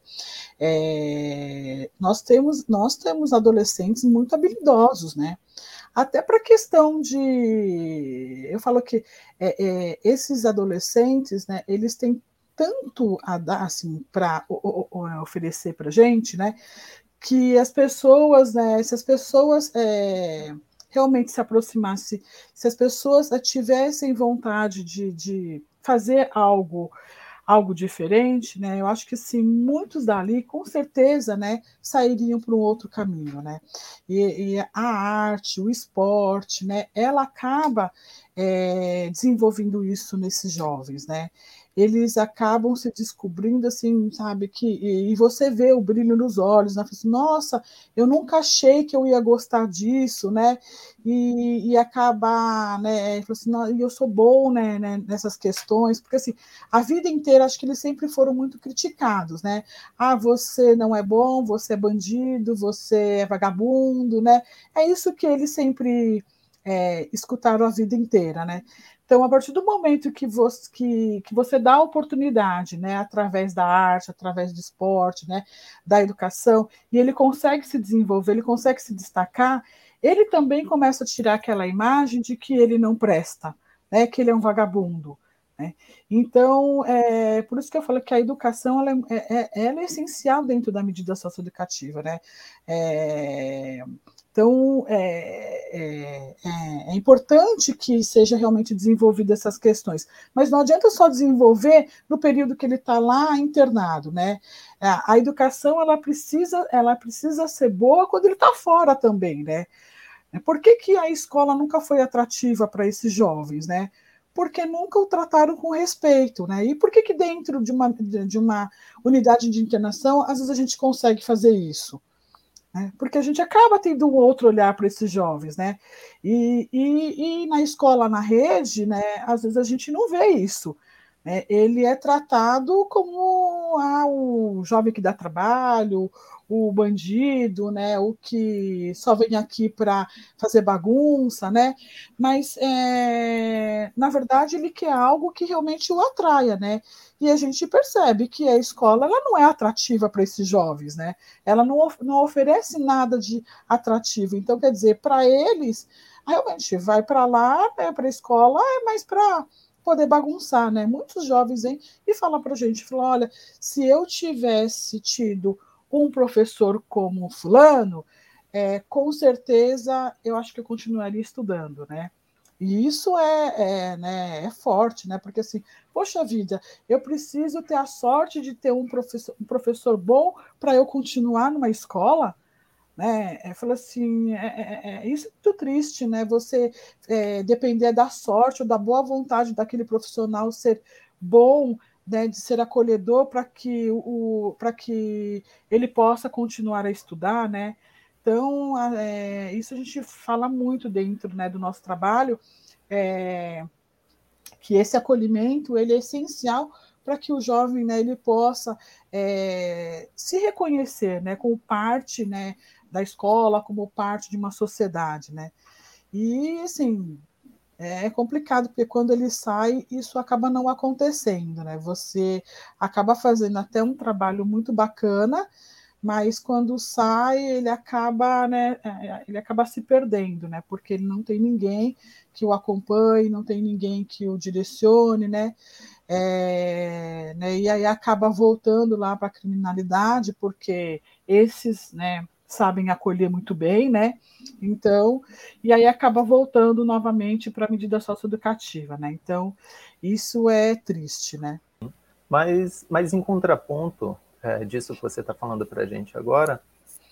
[SPEAKER 4] Nós temos adolescentes muito habilidosos, né? Até para a questão de, eu falo que esses adolescentes, né, eles têm tanto a dar, assim, para oferecer para a gente, né, que as pessoas, né, se as pessoas realmente se aproximassem, se as pessoas tivessem vontade de fazer algo algo diferente, né? Eu acho que sim, muitos dali, com certeza, né, sairiam para um outro caminho, né? E a arte, o esporte, né, ela acaba desenvolvendo isso nesses jovens, né? Eles acabam se descobrindo assim, sabe, e você vê o brilho nos olhos, né? Assim, nossa, eu nunca achei que eu ia gostar disso, né? E acabar, né? Assim, eu sou bom, né, nessas questões, porque assim, a vida inteira acho que eles sempre foram muito criticados, né? Ah, você não é bom, você é bandido, você é vagabundo, né? É isso que eles sempre escutaram a vida inteira, né? Então, a partir do momento que você dá a oportunidade, né, através da arte, através do esporte, né, da educação, e ele consegue se desenvolver, ele consegue se destacar, ele também começa a tirar aquela imagem de que ele não presta, né, que ele é um vagabundo. Né? Então, por isso que eu falo que a educação ela é essencial dentro da medida socioeducativa. Né? Então, é importante que seja realmente desenvolvida essas questões, mas não adianta só desenvolver no período que ele está lá internado, né? A educação ela precisa ser boa quando ele está fora também, né? Por que a escola nunca foi atrativa para esses jovens, né? Porque nunca o trataram com respeito, né? E por que dentro de uma unidade de internação, às vezes a gente consegue fazer isso? Né? Porque a gente acaba tendo um outro olhar para esses jovens, né? E na escola, na rede, né? Às vezes a gente não vê isso. Né? Ele é tratado como o jovem que dá trabalho, o bandido, né? O que só vem aqui para fazer bagunça, né? Mas na verdade ele quer algo que realmente o atraia, né? E a gente percebe que a escola ela não é atrativa para esses jovens, né? Ela não oferece nada de atrativo. Então, quer dizer, para eles, realmente vai para lá, né, para a escola, é mais para poder bagunçar, né? Muitos jovens vêm e falam para a gente, falam, olha, se eu tivesse tido um professor como fulano, com certeza eu acho que eu continuaria estudando, né? E isso né, é forte, né? Porque assim, poxa vida, eu preciso ter a sorte de ter um professor bom para eu continuar numa escola, né? Fala assim, isso é muito triste, né? Você depender da sorte ou da boa vontade daquele profissional ser bom, né, de ser acolhedor para que ele possa continuar a estudar, né? Então, isso a gente fala muito dentro, né, do nosso trabalho, que esse acolhimento ele é essencial para que o jovem, né, ele possa se reconhecer, né, como parte, né, da escola, como parte de uma sociedade, né? E assim, é complicado, porque quando ele sai, isso acaba não acontecendo, né? Você acaba fazendo até um trabalho muito bacana, mas quando sai, né, ele acaba se perdendo, né? Porque ele não tem ninguém que o acompanhe, não tem ninguém que o direcione, né? Né? E aí acaba voltando lá para a criminalidade, porque esses, né, sabem acolher muito bem, né? Então, e aí acaba voltando novamente para a medida socioeducativa, né? Então, isso é triste, né?
[SPEAKER 1] Mas em contraponto disso que você está falando para a gente agora,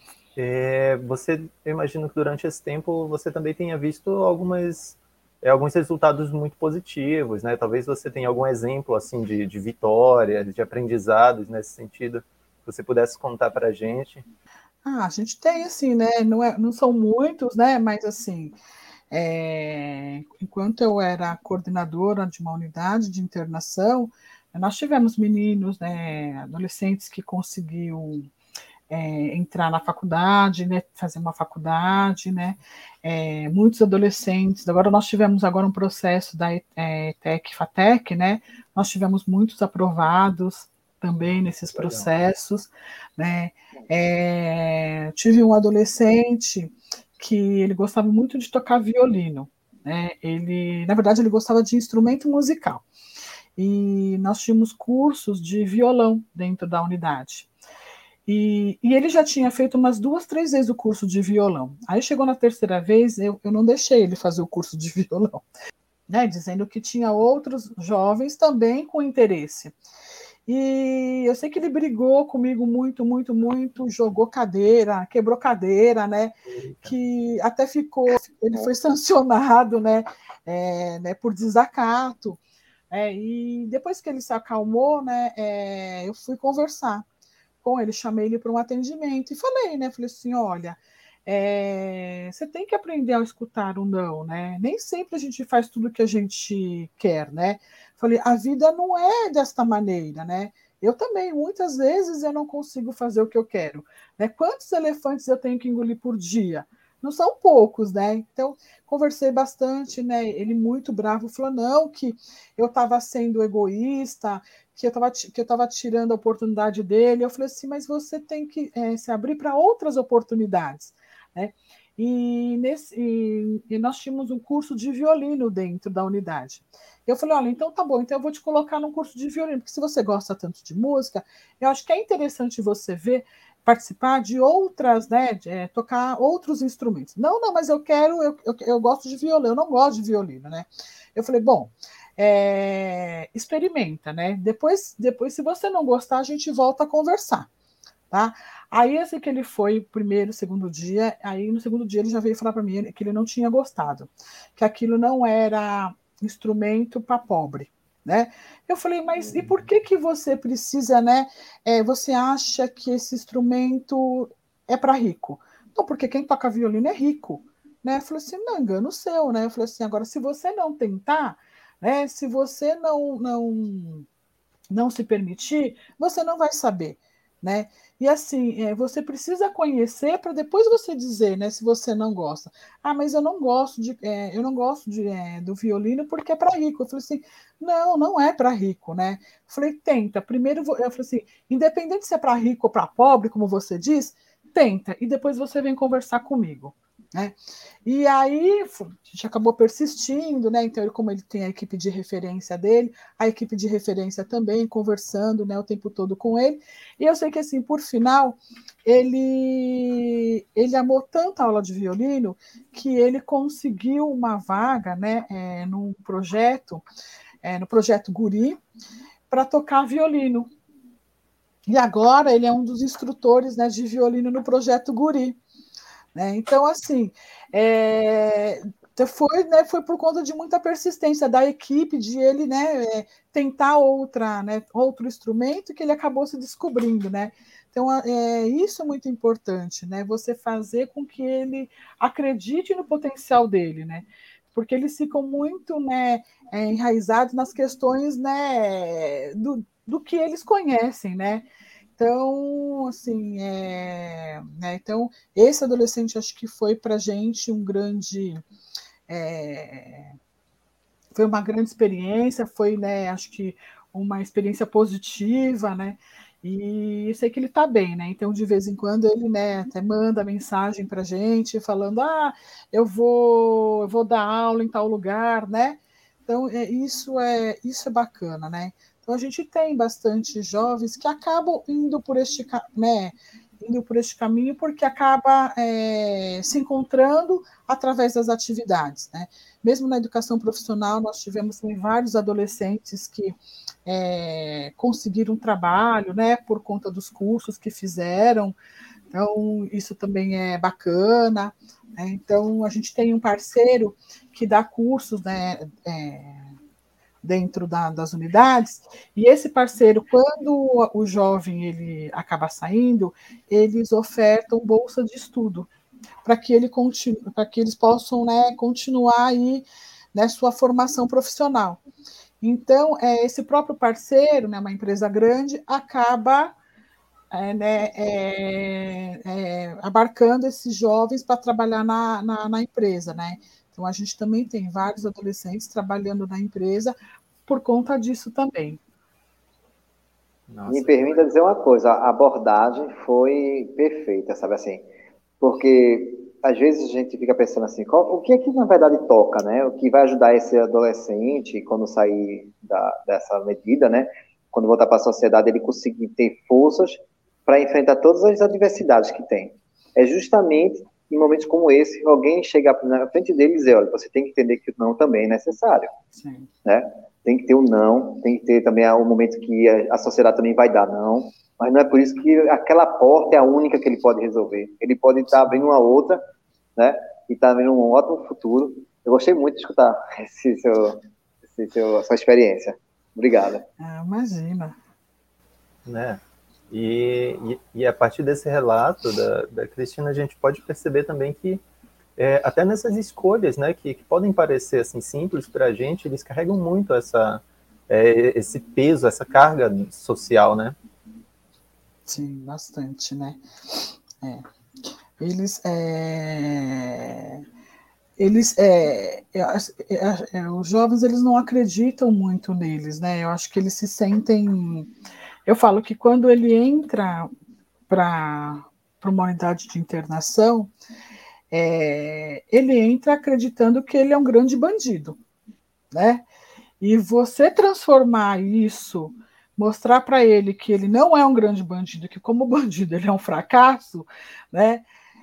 [SPEAKER 1] eu imagino que durante esse tempo você também tenha visto alguns resultados muito positivos, né? Talvez você tenha algum exemplo assim de vitórias, de aprendizados nesse sentido, que você pudesse contar para a gente.
[SPEAKER 4] A gente tem assim, né? Não são muitos, né? Mas assim, enquanto eu era coordenadora de uma unidade de internação, nós tivemos meninos, né, adolescentes que conseguiam entrar na faculdade, né, fazer uma faculdade, né, muitos adolescentes. Agora nós tivemos um processo da ETEC FATEC, né, nós tivemos muitos aprovados também nesses processos, né. Tive um adolescente que ele gostava muito de tocar violino, né, na verdade ele gostava de instrumento musical, e nós tínhamos cursos de violão dentro da unidade. E ele já tinha feito umas 2, 3 vezes o curso de violão. Aí chegou na terceira vez, eu não deixei ele fazer o curso de violão, né, dizendo que tinha outros jovens também com interesse. E eu sei que ele brigou comigo muito, muito, muito, jogou cadeira, quebrou cadeira, né? Que até ele foi sancionado, né? Por desacato. E depois que ele se acalmou, né? Eu fui conversar com ele, chamei ele para um atendimento e falei, né? Falei assim, olha, você tem que aprender a escutar o não, né? Nem sempre a gente faz tudo que a gente quer, né? Falei, a vida não é desta maneira, né? Eu também, muitas vezes, eu não consigo fazer o que eu quero. Né? Quantos elefantes eu tenho que engolir por dia? Não são poucos, né? Então, conversei bastante, né? Ele muito bravo, falou, não, que eu estava sendo egoísta, que eu estava tirando a oportunidade dele. Eu falei assim, mas você tem que se abrir para outras oportunidades. Né? E nós tínhamos um curso de violino dentro da unidade. Eu falei, olha, então tá bom, então eu vou te colocar num curso de violino, porque se você gosta tanto de música, eu acho que é interessante você participar de outras, né, tocar outros instrumentos. Não, mas eu gosto de violino, eu não gosto de violino, né? Eu falei, bom, experimenta, né? Depois, se você não gostar, a gente volta a conversar, tá? Aí, assim que ele foi primeiro, segundo dia, aí no segundo dia ele já veio falar para mim que ele não tinha gostado, que aquilo não era instrumento para pobre, né? Eu falei, mas e por que você precisa, né? Você acha que esse instrumento é para rico? Não, porque quem toca violino é rico, né? Eu falei assim, não, engano seu, né? Eu falei assim, agora se você não tentar, né? Se você não se permitir, você não vai saber, né? E assim, você precisa conhecer para depois você dizer, né, se você não gosta. Ah, mas eu não gosto do violino porque é para rico. Eu falei assim, não é para rico, né? Eu falei, tenta. Primeiro, eu falei assim, independente se é para rico ou para pobre, como você diz, tenta e depois você vem conversar comigo. Né? E aí a gente acabou persistindo, né? Então, como ele tem a equipe de referência dele, a equipe de referência também, conversando, né, o tempo todo com ele. E eu sei que, assim, por final, ele amou tanto a aula de violino que ele conseguiu uma vaga, né, no projeto Guri, para tocar violino. E agora ele é um dos instrutores, né, de violino no projeto Guri. Né? Então, assim, foi por conta de muita persistência da equipe, de ele, né, tentar outro instrumento que ele acabou se descobrindo. Né? Então, isso é muito importante, né? Você fazer com que ele acredite no potencial dele, né? Porque eles ficam muito, né, enraizados nas questões, né, do que eles conhecem, né? Então, assim, né, então, esse adolescente acho que foi para a gente foi uma grande experiência, foi, né, acho que uma experiência positiva, né? E eu sei que ele está bem, né? Então, de vez em quando, ele, né, até manda mensagem para a gente falando: eu vou dar aula em tal lugar, né? Então, isso é bacana, né? Então, a gente tem bastante jovens que acabam indo por este caminho porque acaba se encontrando através das atividades, né? Mesmo na educação profissional, nós tivemos vários adolescentes que conseguiram trabalho, né, por conta dos cursos que fizeram. Então, isso também é bacana. Né? Então, a gente tem um parceiro que dá cursos, né, dentro das unidades, e esse parceiro, quando o jovem ele acaba saindo, eles ofertam bolsa de estudo para que eles possam, né, continuar aí, né, sua formação profissional. Então, esse próprio parceiro, né, uma empresa grande, acaba abarcando esses jovens para trabalhar na empresa, né? Então, a gente também tem vários adolescentes trabalhando na empresa por conta disso também.
[SPEAKER 3] Nossa. Me permita dizer uma coisa, a abordagem foi perfeita, sabe assim? Porque às vezes a gente fica pensando assim, o que é que na verdade toca, né? O que vai ajudar esse adolescente quando sair dessa medida, né? Quando voltar para a sociedade, ele conseguir ter forças para enfrentar todas as adversidades que tem. É justamente em momentos como esse, alguém chegar na frente dele e dizer, olha, você tem que entender que o não também é necessário.
[SPEAKER 4] Sim.
[SPEAKER 3] Né? Tem que ter o não, tem que ter também o momento que a sociedade também vai dar não, mas não é por isso que aquela porta é a única que ele pode resolver. Ele pode estar abrindo uma outra, né? E estar abrindo um ótimo futuro. Eu gostei muito de escutar sua experiência. Obrigada.
[SPEAKER 4] Imagina.
[SPEAKER 1] Né? E a partir desse relato da Cristina, a gente pode perceber também que até nessas escolhas, né, que podem parecer assim, simples para a gente, eles carregam muito esse peso, essa carga social, né?
[SPEAKER 4] Sim, bastante, né? Eles, os jovens, eles não acreditam muito neles, né? Eu acho que eles se sentem... Eu falo que quando ele entra para uma unidade de internação, ele entra acreditando que ele é um grande bandido, né? E você transformar isso, mostrar para ele que ele não é um grande bandido, que como bandido ele é um fracasso, né?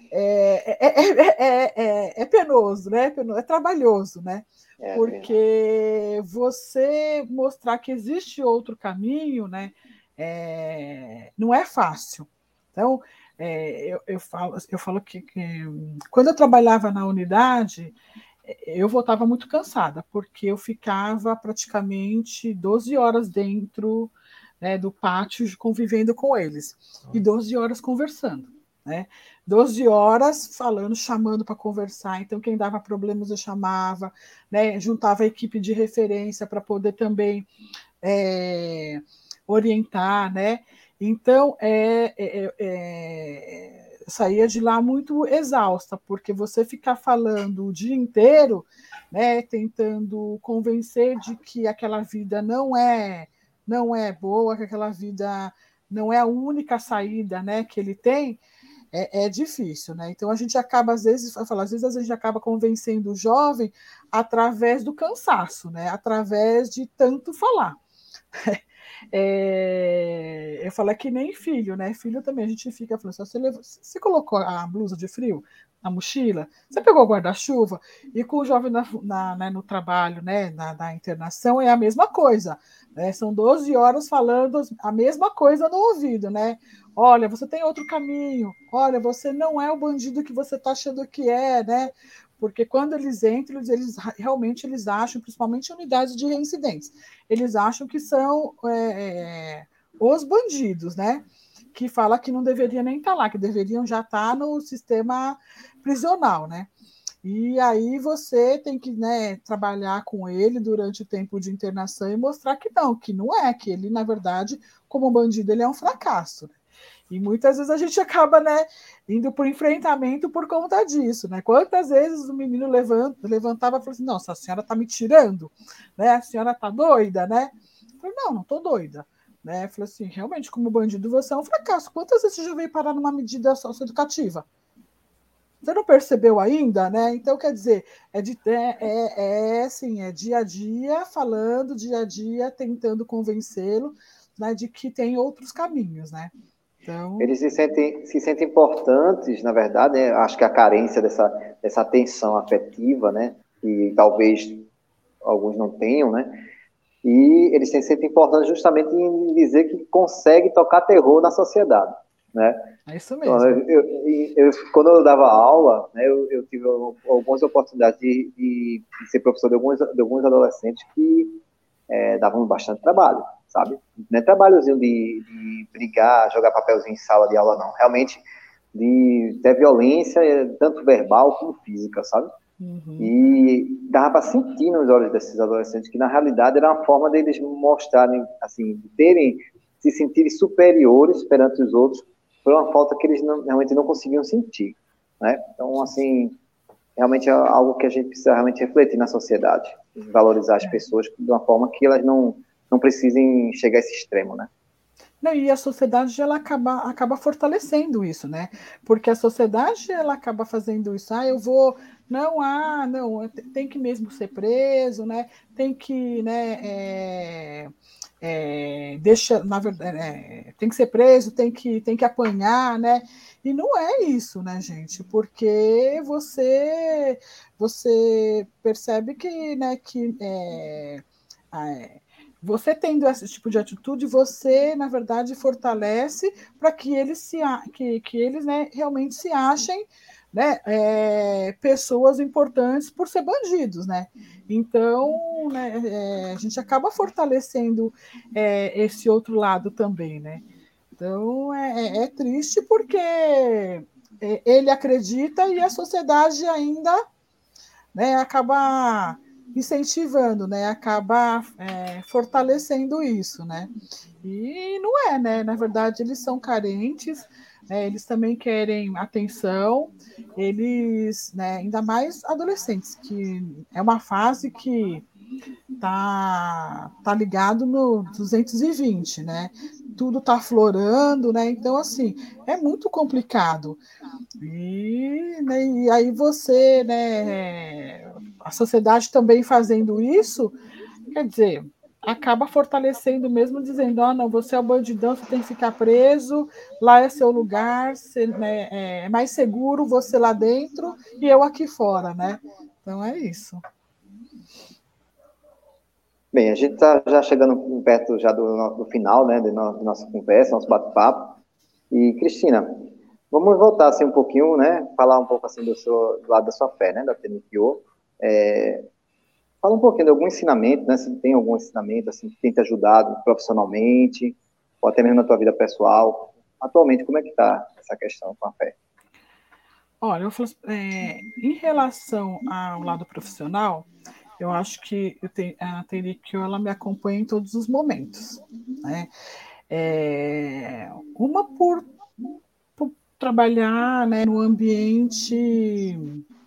[SPEAKER 4] É penoso, né? É trabalhoso, né? Porque você mostrar que existe outro caminho, né? Não é fácil. Então, eu falo que quando eu trabalhava na unidade, eu voltava muito cansada, porque eu ficava praticamente 12 horas dentro, né, do pátio convivendo com eles, e 12 horas conversando. Né? 12 horas falando, chamando para conversar. Então, quem dava problemas eu chamava, né? Juntava a equipe de referência para poder também orientar, né? Então, saía de lá muito exausta, porque você ficar falando o dia inteiro, né, tentando convencer de que aquela vida não é boa, que aquela vida não é a única saída, né, que ele tem, é difícil, né? Então a gente acaba, às vezes a gente acaba convencendo o jovem através do cansaço, né? Através de tanto falar. Eu falo que nem filho, né? Filho também a gente fica falando, você colocou a blusa de frio na mochila, você pegou o guarda-chuva, e com o jovem no trabalho, né, na internação, é a mesma coisa, né? São 12 horas falando a mesma coisa no ouvido, né? Olha, você tem outro caminho, olha, você não é o bandido que você está achando que é, né? Porque quando eles entram, eles realmente acham, principalmente em unidades de reincidentes, eles acham que são os bandidos, né? Que fala que não deveria nem estar lá, que deveriam já estar no sistema prisional, né? E aí você tem que, né, trabalhar com ele durante o tempo de internação e mostrar que não é, que ele, na verdade, como bandido, ele é um fracasso. Né? E muitas vezes a gente acaba, né, indo para o enfrentamento por conta disso, né? Quantas vezes o menino levantava e falou assim, nossa, a senhora está me tirando, né? A senhora está doida, né? Eu falei, não estou doida. Né? Eu falei assim, realmente, como bandido, você é um fracasso. Quantas vezes você já veio parar numa medida socioeducativa? Você não percebeu ainda, né? Então, quer dizer, assim, é dia a dia falando, dia a dia tentando convencê-lo, né, de que tem outros caminhos, né? Então...
[SPEAKER 3] Eles se sentem importantes, na verdade, né? Acho que a carência dessa atenção afetiva, né? Que talvez alguns não tenham, né? E eles se sentem importantes justamente em dizer que consegue tocar terror na sociedade, né?
[SPEAKER 4] É isso mesmo.
[SPEAKER 3] Então, quando eu dava aula, né, eu tive algumas oportunidades de ser professor de alguns adolescentes que davam bastante trabalho, sabe? Não é trabalhozinho de brigar, jogar papelzinho em sala de aula, não. Realmente, de ter violência, tanto verbal como física, sabe?
[SPEAKER 4] Uhum.
[SPEAKER 3] E dava para sentir nos olhos desses adolescentes que, na realidade, era uma forma deles mostrarem, assim, se sentirem superiores perante os outros por uma falta que eles realmente não conseguiam sentir, né? Então, assim, realmente é algo que a gente precisa realmente refletir na sociedade, valorizar as pessoas de uma forma que elas não precisem chegar a esse extremo, né?
[SPEAKER 4] E a sociedade ela acaba fortalecendo isso, né? Porque a sociedade ela acaba fazendo isso. Eu vou, não, tem que mesmo ser preso, né? Tem que, né? deixa, na verdade, tem que ser preso, tem que apanhar, né? E não é isso, né, gente? Porque você percebe que, né, você tendo esse tipo de atitude, você, na verdade, fortalece para que eles, que eles, né, realmente se achem, né, pessoas importantes por ser bandidos, né? Então, né, a gente acaba fortalecendo esse outro lado também, né? Então, é triste porque ele acredita e a sociedade ainda, né, acaba incentivando, né, acaba fortalecendo isso, né? E não é, né? Na verdade, eles são carentes, né? Eles também querem atenção, eles, né, ainda mais adolescentes, que é uma fase que tá ligado no 220, né? Tudo tá florando, né? Então, assim, é muito complicado. Né, e aí você, né, a sociedade também fazendo isso, quer dizer, acaba fortalecendo mesmo, dizendo, não, você é o bandidão, você tem que ficar preso, lá é seu lugar, você, né, é mais seguro você lá dentro e eu aqui fora, né? Então é isso.
[SPEAKER 3] Bem, a gente está já chegando perto já do final, né, da nossa conversa, nosso bate-papo. E, Cristina, vamos voltar assim um pouquinho, né, falar um pouco assim do lado da sua fé, né, da TNPO. Fala um pouquinho de algum ensinamento, né, se tem algum ensinamento assim que tem te ajudado profissionalmente, ou até mesmo na tua vida pessoal. Atualmente, como é que está essa questão com a fé?
[SPEAKER 4] Olha, eu falo, em relação ao lado profissional, eu acho que a TNPO ela me acompanha em todos os momentos, né? Uma por trabalhar, né, no ambiente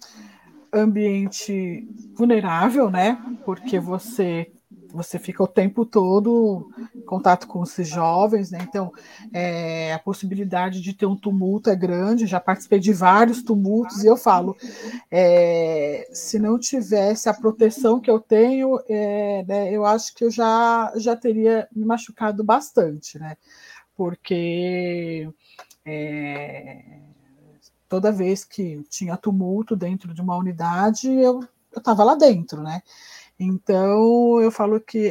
[SPEAKER 4] vulnerável, né? Porque você fica o tempo todo em contato com esses jovens, né? Então, a possibilidade de ter um tumulto é grande. Já participei de vários tumultos e eu falo, se não tivesse a proteção que eu tenho, né, eu acho que eu já teria me machucado bastante, né? Porque toda vez que tinha tumulto dentro de uma unidade, eu estava lá dentro, né? Então, eu falo que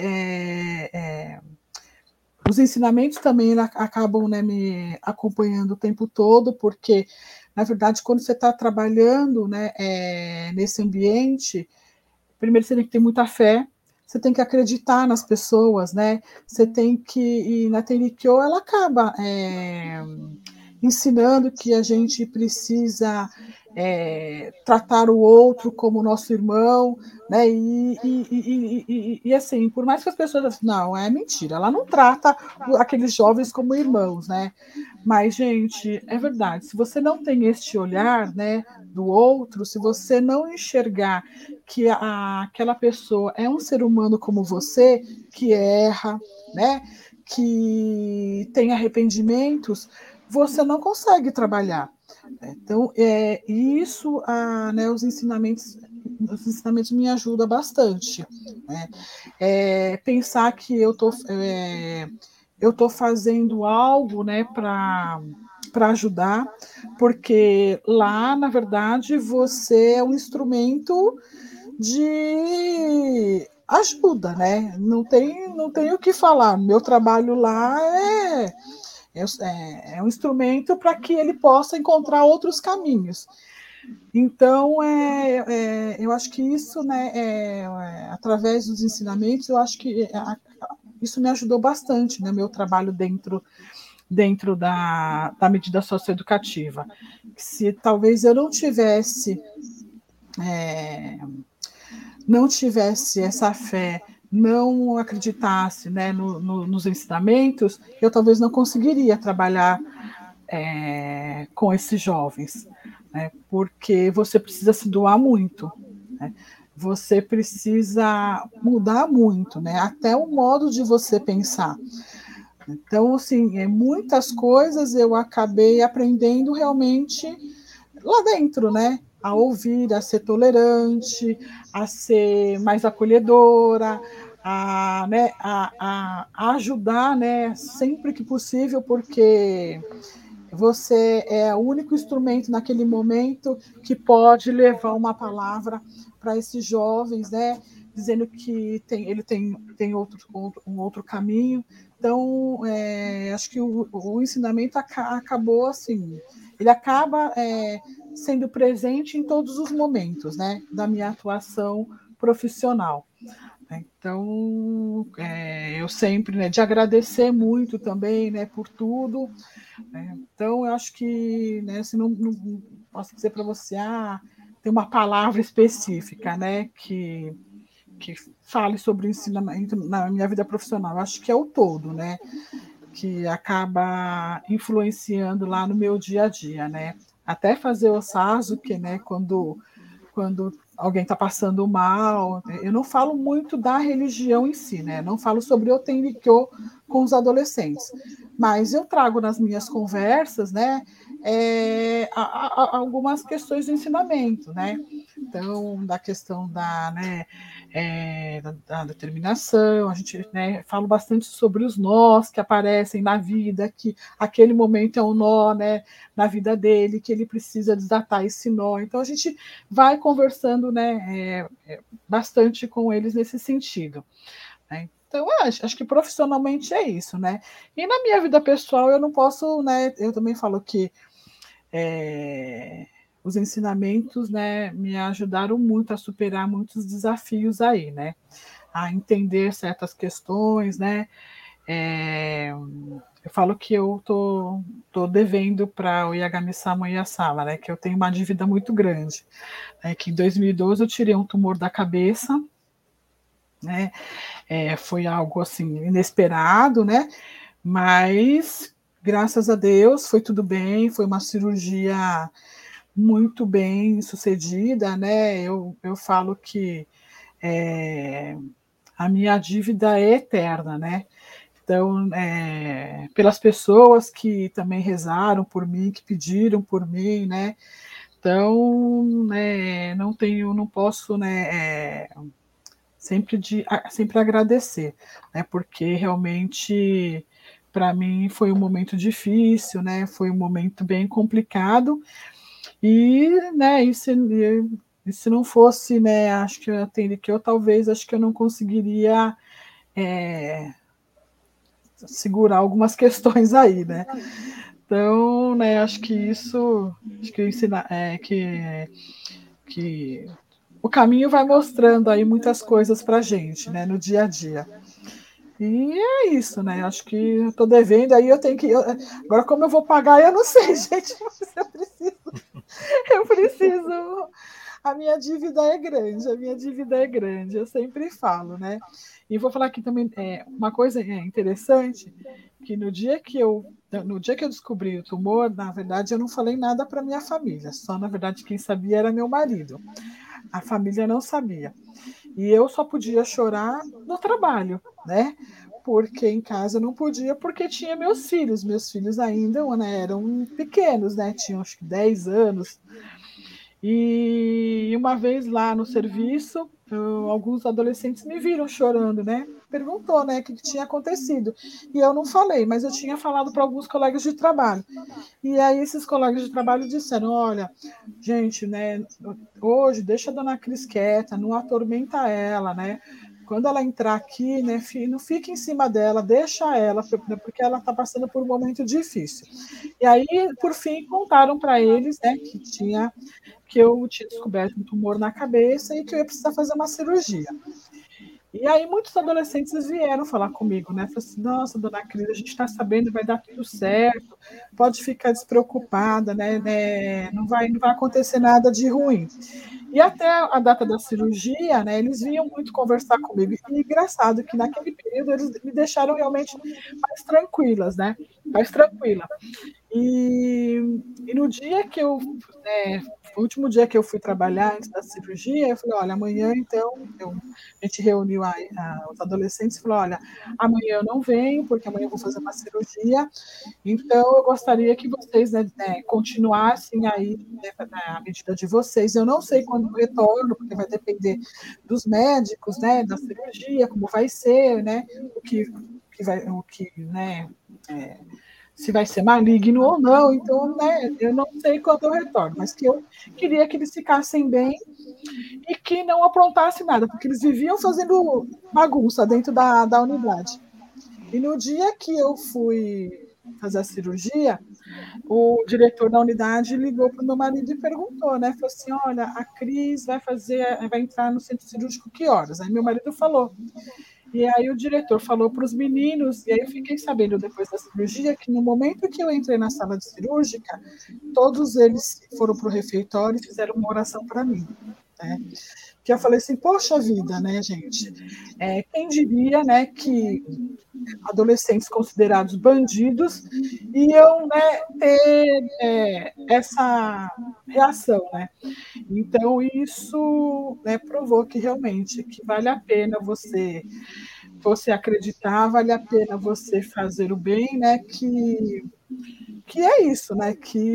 [SPEAKER 4] os ensinamentos também acabam, né, me acompanhando o tempo todo, porque, na verdade, quando você está trabalhando, né, nesse ambiente, primeiro você tem que ter muita fé, você tem que acreditar nas pessoas, né? Você tem que... E na TNPO, ela acaba ensinando que a gente precisa tratar o outro como nosso irmão, né? E assim, por mais que as pessoas assim, não, é mentira, ela não trata aqueles jovens como irmãos, né? Mas, gente, é verdade, se você não tem este olhar, né, do outro, se você não enxergar que aquela pessoa é um ser humano como você, que erra, né, que tem arrependimentos, você não consegue trabalhar. Então, isso, né, os ensinamentos me ajudam bastante. Né? Pensar que eu tô fazendo algo, né, para ajudar, porque lá, na verdade, você é um instrumento de ajuda, né? Não tem o que falar. Meu trabalho lá é um instrumento para que ele possa encontrar outros caminhos. Então, eu acho que isso, né, através dos ensinamentos, eu acho que isso me ajudou bastante, né, meu trabalho dentro da medida socioeducativa. Se talvez eu não tivesse essa fé, não acreditasse, né, nos ensinamentos, eu talvez não conseguiria trabalhar com esses jovens, né, porque você precisa se doar muito, né, você precisa mudar muito, né, até o modo de você pensar. Então, assim, muitas coisas eu acabei aprendendo realmente lá dentro, né? A ouvir, a ser tolerante, a ser mais acolhedora, a ajudar, né, sempre que possível, porque você é o único instrumento naquele momento que pode levar uma palavra para esses jovens, né, dizendo que ele tem um outro caminho. Então, acho que o ensinamento acabou assim, ele acaba sendo presente em todos os momentos, né, da minha atuação profissional. Então, eu sempre, né, de agradecer muito também, né, por tudo. Né? Então, eu acho que, né, se não posso dizer para você, tem uma palavra específica, né, que fale sobre o ensinamento na minha vida profissional. Eu acho que é o todo, né, que acaba influenciando lá no meu dia a dia, né. Até fazer o Sasuke, né, quando alguém está passando mal. Eu não falo muito da religião em si, né? Não falo sobre o Tenrikyo com os adolescentes, mas eu trago nas minhas conversas, né, algumas questões do ensinamento, né? Então, da questão da determinação, a gente, né, fala bastante sobre os nós que aparecem na vida, que aquele momento é um nó, né, na vida dele, que ele precisa desatar esse nó. Então, a gente vai conversando, né, bastante com eles nesse sentido. Né? Então, acho que profissionalmente é isso, né? E na minha vida pessoal, eu não posso, né? Eu também falo que os ensinamentos, né, me ajudaram muito a superar muitos desafios aí, né? A entender certas questões, né? Eu falo que eu tô devendo para o Yagami-sama Iyasawa, né? Que eu tenho uma dívida muito grande. Né, que em 2012 eu tirei um tumor da cabeça, né? Foi algo assim inesperado, né? Mas graças a Deus foi tudo bem, foi uma cirurgia muito bem sucedida, né? Eu falo que a minha dívida é eterna, né? Então, pelas pessoas que também rezaram por mim, que pediram por mim, né? Então, não posso, né, sempre agradecer, né? Porque realmente para mim foi um momento difícil, né? Foi um momento bem complicado e, né, e se não fosse, né, acho que acho que eu não conseguiria segurar algumas questões aí, né? Então, né, acho que que o caminho vai mostrando aí muitas coisas para a gente, né, no dia a dia. E é isso, né? Acho que eu estou devendo, aí eu tenho que. Agora, como eu vou pagar, eu não sei, gente. Eu preciso. A minha dívida é grande, eu sempre falo, né? E vou falar aqui também uma coisa interessante, que no dia que eu descobri o tumor, na verdade, eu não falei nada para minha família, só, na verdade, quem sabia era meu marido. A família não sabia. E eu só podia chorar no trabalho, né? Porque em casa eu não podia, porque tinha meus filhos ainda, né, eram pequenos, né? Tinham acho que 10 anos. E uma vez lá no serviço, alguns adolescentes me viram chorando, né? Perguntou, né, o que tinha acontecido. E eu não falei, mas eu tinha falado para alguns colegas de trabalho. E aí esses colegas de trabalho disseram, olha, gente, né, hoje deixa a dona Cris quieta, não atormenta ela, né? Quando ela entrar aqui, né, não fique em cima dela, deixa ela, porque ela está passando por um momento difícil. E aí, por fim, contaram para eles, né, que eu tinha descoberto um tumor na cabeça e que eu ia precisar fazer uma cirurgia. E aí muitos adolescentes vieram falar comigo, né? Falaram assim, nossa, dona Cris, a gente está sabendo, vai dar tudo certo, pode ficar despreocupada, né? Não vai acontecer nada de ruim. E até a data da cirurgia, né, eles vinham muito conversar comigo. E engraçado que naquele período eles me deixaram realmente mais tranquilas, né? Mais tranquila. E no dia que eu, o último dia que eu fui trabalhar antes da cirurgia, eu falei, olha, amanhã então, a gente reuniu os adolescentes e falou, olha, amanhã eu não venho, porque amanhã eu vou fazer uma cirurgia, então eu gostaria que vocês continuassem aí, à medida de vocês. Eu não sei quando eu retorno, porque vai depender dos médicos, né, da cirurgia, como vai ser, né, se vai ser maligno ou não, então, né, eu não sei quando eu retorno, mas que eu queria que eles ficassem bem e que não aprontassem nada, porque eles viviam fazendo bagunça dentro da unidade. E no dia que eu fui fazer a cirurgia, o diretor da unidade ligou para o meu marido e perguntou, né, falou assim, olha, a Cris vai entrar no centro cirúrgico que horas? Aí meu marido falou. E aí o diretor falou para os meninos, e aí eu fiquei sabendo depois da cirurgia que no momento que eu entrei na sala de cirúrgica, todos eles foram para o refeitório e fizeram uma oração para mim, né? Que eu falei assim, poxa vida, né, gente? Quem diria, né, que adolescentes considerados bandidos iam, né, ter essa reação, né? Então isso, né, provou que realmente que vale a pena você acreditar, vale a pena você fazer o bem, né? Que é isso, né?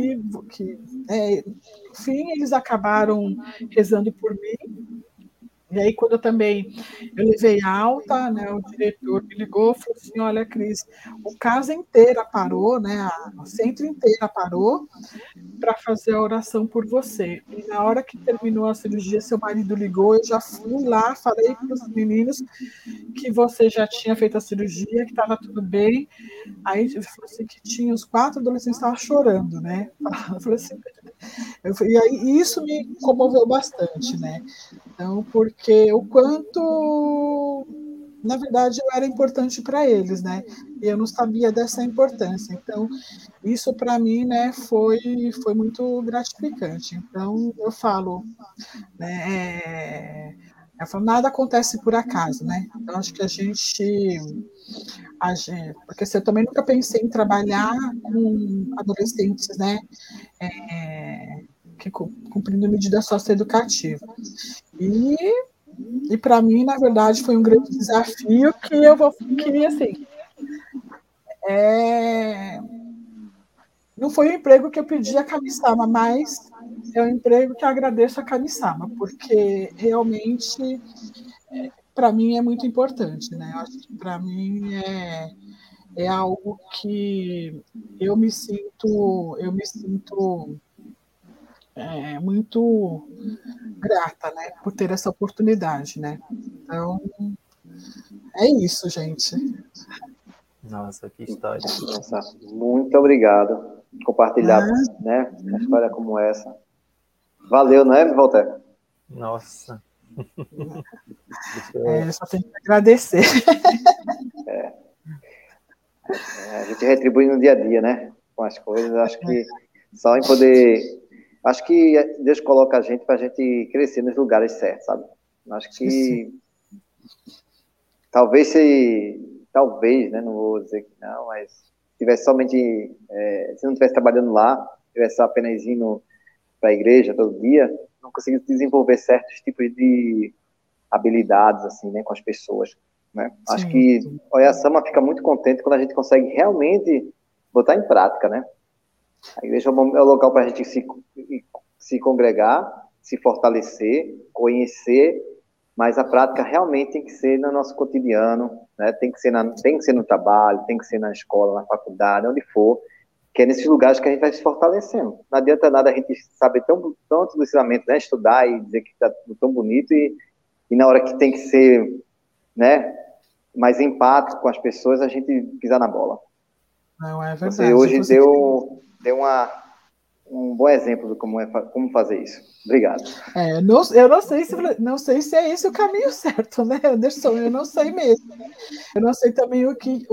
[SPEAKER 4] Enfim, eles acabaram rezando por mim. E aí, quando eu levei alta, né, o diretor me ligou e falou assim, olha, Cris, o caso inteiro parou, né, o centro inteiro parou para fazer a oração por você. E na hora que terminou a cirurgia, seu marido ligou, eu já fui lá, falei para os meninos que você já tinha feito a cirurgia, que estava tudo bem. Aí ele falou assim que tinha os 4 adolescentes que estavam chorando, né? Eu falei assim, e aí isso me comoveu bastante, né? Então, porque o quanto, na verdade, eu era importante para eles, né? E eu não sabia dessa importância. Então, isso para mim, né, foi muito gratificante. Então, eu falo, né, nada acontece por acaso, né? Então, acho que a gente, porque eu também nunca pensei em trabalhar com adolescentes, né, cumprindo medida socioeducativa. E para mim, na verdade, foi um grande desafio que assim, não foi um emprego que eu pedi a Kami-sama, mas é um emprego que eu agradeço a Kami-sama, porque realmente, para mim, é muito importante, né? Eu acho que para mim é algo que eu me sinto muito grata, né, por ter essa oportunidade, né? Então, é isso, gente.
[SPEAKER 1] Nossa, que história.
[SPEAKER 3] Nossa, muito obrigado por compartilhar, né, uma história como essa. Valeu, não é, Walter?
[SPEAKER 1] Nossa.
[SPEAKER 4] Eu só tenho que agradecer.
[SPEAKER 3] A gente retribui no dia a dia, né, com as coisas. Acho que só em poder... Acho que Deus coloca a gente para a gente crescer nos lugares certos, sabe? Acho que sim. Talvez, né, não vou dizer que não, mas se tivesse somente, se não estivesse trabalhando lá, tivesse apenas indo para a igreja todo dia, não conseguisse desenvolver certos tipos de habilidades, assim, né, com as pessoas, né? Sim. Acho que o Oyasama fica muito contente quando a gente consegue realmente botar em prática, né? A igreja é o local para a gente se congregar, se fortalecer, conhecer, mas a prática realmente tem que ser no nosso cotidiano, né? Tem que ser no trabalho, tem que ser na escola, na faculdade, onde for, que é nesses lugares que a gente vai se fortalecendo. Não adianta nada a gente saber tanto do ensinamento, né? Estudar e dizer que está tão bonito e na hora que tem que ser, né, mais empático com as pessoas, a gente pisar na bola.
[SPEAKER 4] Não, é verdade.
[SPEAKER 3] Você hoje deu um bom exemplo de como fazer isso. Obrigado.
[SPEAKER 4] Eu não sei se é esse o caminho certo, né, Anderson? Eu não sei mesmo. Eu não sei também o que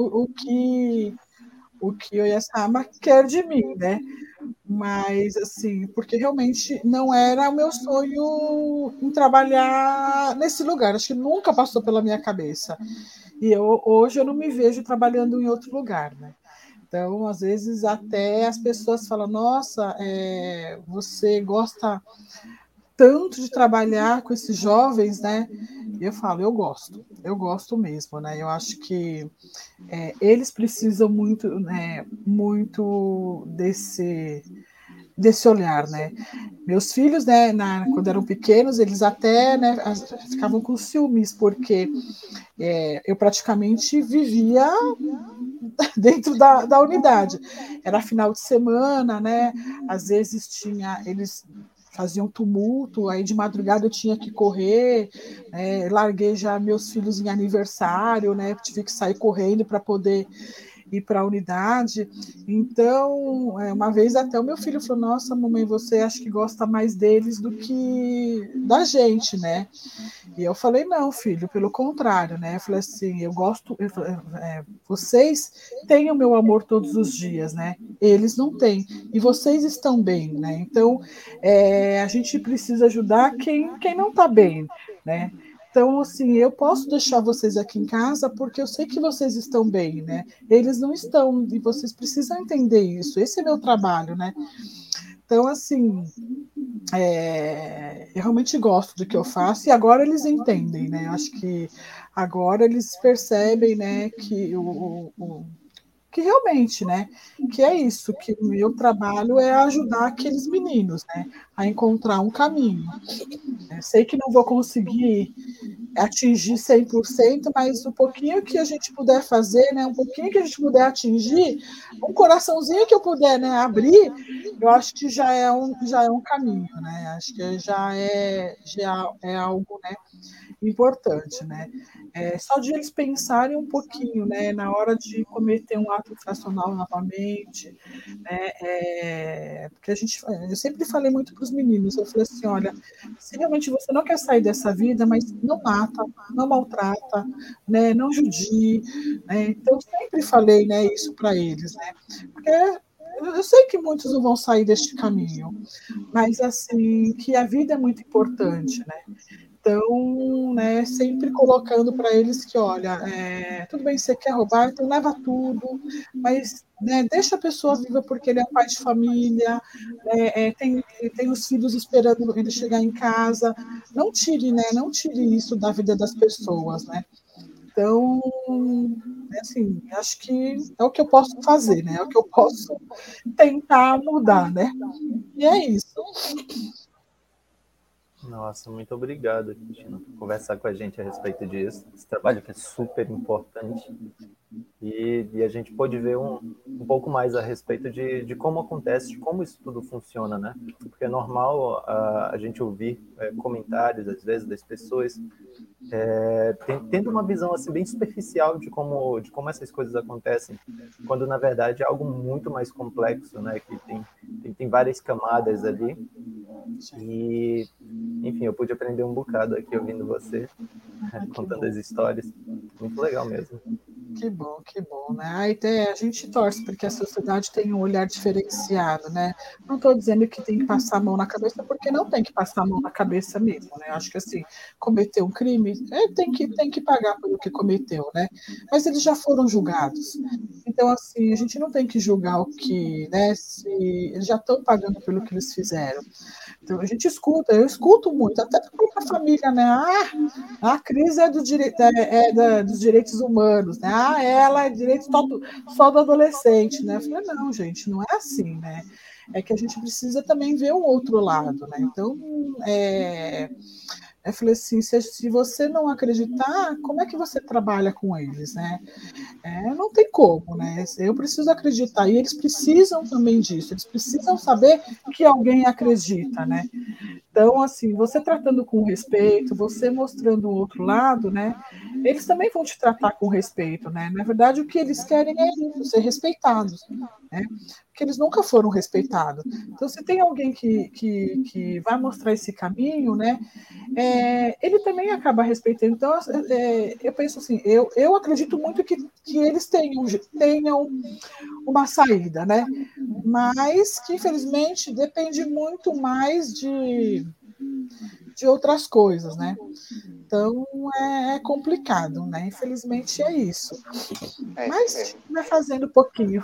[SPEAKER 4] o Oyasama quer de mim, né? Mas, assim, porque realmente não era o meu sonho em trabalhar nesse lugar. Acho que nunca passou pela minha cabeça. E hoje eu não me vejo trabalhando em outro lugar, né? Então, às vezes, até as pessoas falam, nossa, você gosta tanto de trabalhar com esses jovens, né? E eu falo, eu gosto mesmo, né? Eu acho que eles precisam muito, né, muito desse olhar, né? Meus filhos, né, quando eram pequenos, eles até, né, ficavam com ciúmes, porque eu praticamente vivia dentro da unidade. Era final de semana, né? Às vezes eles faziam tumulto, aí de madrugada eu tinha que correr, larguei já meus filhos em aniversário, né? Tive que sair correndo para poder ir para a unidade. Então, uma vez até o meu filho falou, nossa, mamãe, você acha que gosta mais deles do que da gente, né? E eu falei, não, filho, pelo contrário, né? Eu falei assim, vocês têm o meu amor todos os dias, né? Eles não têm. E vocês estão bem, né? Então, a gente precisa ajudar quem não está bem, né? Então, assim, eu posso deixar vocês aqui em casa porque eu sei que vocês estão bem, né? Eles não estão, e vocês precisam entender isso. Esse é meu trabalho, né? Então, assim, eu realmente gosto do que eu faço e agora eles entendem, né? Eu acho que agora eles percebem, né, que realmente, né, que é isso, que o meu trabalho é ajudar aqueles meninos, né, a encontrar um caminho. Sei que não vou conseguir atingir 100%, mas o pouquinho que a gente puder fazer, né, um pouquinho que a gente puder atingir, um coraçãozinho que eu puder, né, abrir, eu acho que já é um caminho, né? Acho que já é algo, né, importante, né? Só de eles pensarem um pouquinho, né, na hora de cometer um ato infracional novamente, né? Porque eu sempre falei muito para os meninos, eu falei assim, olha, se realmente você não quer sair dessa vida, mas não mata, não maltrata, né, não judie, né? Então eu sempre falei, né, isso para eles, né? Porque eu sei que muitos não vão sair deste caminho, mas assim que a vida é muito importante, né? Então, né, sempre colocando para eles que, olha, tudo bem, você quer roubar, então leva tudo, mas né, deixa a pessoa viva porque ele é pai de família, tem os filhos esperando ele chegar em casa. Não tire, né, não tire isso da vida das pessoas, né? Então, assim, acho que é o que eu posso fazer, né? É o que eu posso tentar mudar, né? E é isso.
[SPEAKER 1] Nossa, muito obrigado, Cristina, por conversar com a gente a respeito disso. Esse trabalho que é super importante. E a gente pôde ver um pouco mais a respeito de como acontece, de como isso tudo funciona, né? Porque é normal a gente ouvir comentários, às vezes, das pessoas tendo uma visão assim, bem superficial de como essas coisas acontecem, quando, na verdade, é algo muito mais complexo, né? Que tem várias camadas ali. E, enfim, eu pude aprender um bocado aqui ouvindo você, contando as histórias. Muito legal mesmo.
[SPEAKER 4] Que bom, né? Aí a gente torce porque a sociedade tem um olhar diferenciado, né? Não estou dizendo que tem que passar a mão na cabeça, porque não tem que passar a mão na cabeça mesmo, né? Acho que assim, cometeu um crime, tem que pagar pelo que cometeu, né? Mas eles já foram julgados. Então, assim, a gente não tem que julgar o que, né? Se eles já estão pagando pelo que eles fizeram. Então, eu escuto muito, até para a família, né? A crise é dos direitos humanos, né? Ela é direito só do adolescente, né? Eu falei, não, gente, não é assim, né? É que a gente precisa também ver o outro lado, né? Então, eu falei assim, se você não acreditar, como é que você trabalha com eles, né? Não tem como, né? Eu preciso acreditar, e eles precisam também disso, eles precisam saber que alguém acredita, né? Então, assim, você tratando com respeito, você mostrando o outro lado, né? Eles também vão te tratar com respeito, né? Na verdade, o que eles querem é isso, ser respeitados, né? Porque eles nunca foram respeitados. Então, se tem alguém que vai mostrar esse caminho, né? Ele também acaba respeitando. Então, eu penso assim, eu acredito muito que eles tenham uma saída, né? Mas que, infelizmente, depende muito mais de outras coisas, né? Então é complicado, né? Infelizmente é isso. Mas vai fazendo pouquinho.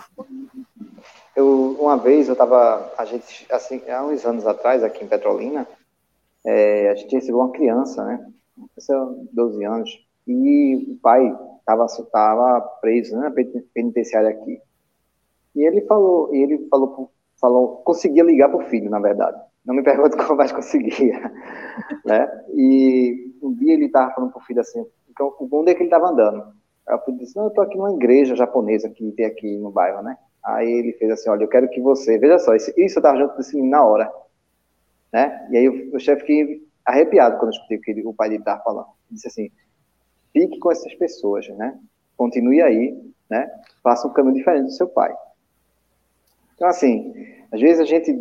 [SPEAKER 3] Uma vez a gente, assim, há uns anos atrás, aqui em Petrolina, a gente recebeu uma criança, né? 12 anos, e o pai estava preso, né, na penitenciária aqui. E ele falou, conseguia ligar para o filho, na verdade. Não me pergunte como mais conseguia, né? E um dia ele estava falando para o filho assim, então, onde é que ele estava andando? Aí o filho disse, não, eu estou aqui numa igreja japonesa que tem aqui no bairro, né? Aí ele fez assim, olha, eu quero que você, veja só, isso eu estava junto desse menino na hora, né? E aí o chefe fiquei arrepiado quando eu escutei o que o pai dele estava falando. Ele disse assim, fique com essas pessoas, né? Continue aí, né? Faça um caminho diferente do seu pai. Então, assim, às vezes a gente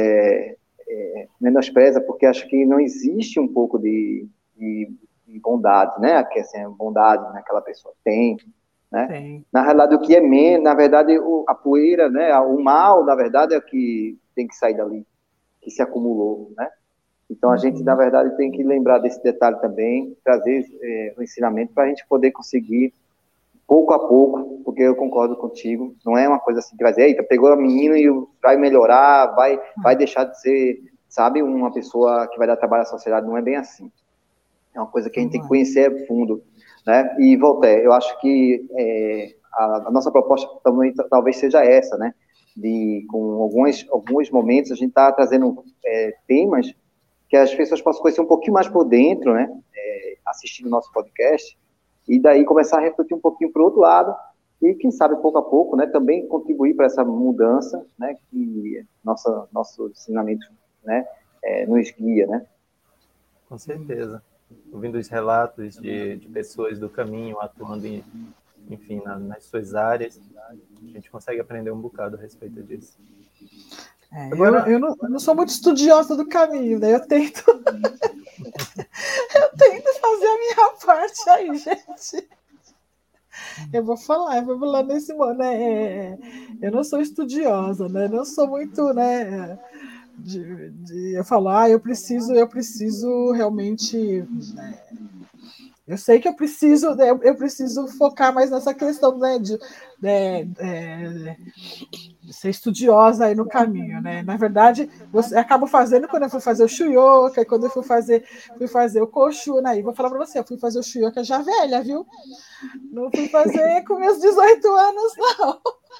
[SPEAKER 3] menospreza porque acha que não existe um pouco de bondade, né? Que assim, bondade naquela pessoa tem, né? Tem. Na realidade, o que é menos, na verdade, a poeira, né? O mal, na verdade, é o que tem que sair dali, que se acumulou, né? Então, a gente, na verdade, tem que lembrar desse detalhe também, trazer o ensinamento para a gente poder conseguir, pouco a pouco, porque eu concordo contigo, não é uma coisa assim que vai dizer, eita, pegou a menina e vai melhorar, vai deixar de ser, sabe, uma pessoa que vai dar trabalho à sociedade, não é bem assim. É uma coisa que a gente tem que conhecer a fundo, né? E, Voltaire, eu acho que a nossa proposta também talvez seja essa, né? Com alguns momentos, a gente está trazendo temas que as pessoas possam conhecer um pouquinho mais por dentro, né? Assistindo o nosso podcast, e daí começar a refletir um pouquinho para o outro lado, e quem sabe pouco a pouco, né, também contribuir para essa mudança, né, que nosso ensinamento, né, nos guia, né?
[SPEAKER 1] Com certeza. Ouvindo os relatos de pessoas do caminho atuando, enfim, nas suas áreas, a gente consegue aprender um bocado a respeito disso.
[SPEAKER 4] Agora, eu não sou muito estudiosa do caminho, né? Eu tento fazer a minha parte aí, gente. Eu vou falar nesse modo, né? Eu não sou estudiosa, né? Não sou muito, né? Eu falo, eu preciso realmente, né? Eu sei que eu preciso focar mais nessa questão, né? De ser estudiosa aí no caminho, né? Na verdade, você acaba fazendo quando eu fui fazer o Shuyoka, quando eu fui fazer o Koshu, né? E vou falar para você, eu fui fazer o Shuyoka já velha, viu? Não fui fazer com meus 18 anos, não.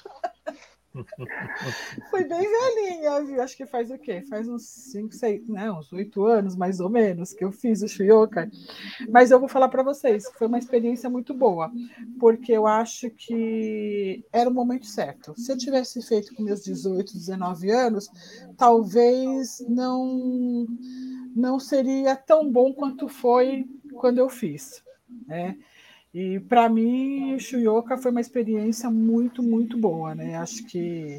[SPEAKER 4] Fui bem velhinha, viu? Acho que faz o quê? Faz uns 5, 6, não, uns 8 anos, mais ou menos, que eu fiz o Shuyoka. Mas eu vou falar para vocês que foi uma experiência muito boa, porque eu acho que era o momento certo. Se eu tivesse feito com meus 18, 19 anos, talvez não seria tão bom quanto foi quando eu fiz, né? E para mim, o Shuyoka foi uma experiência muito, muito boa, né? Acho que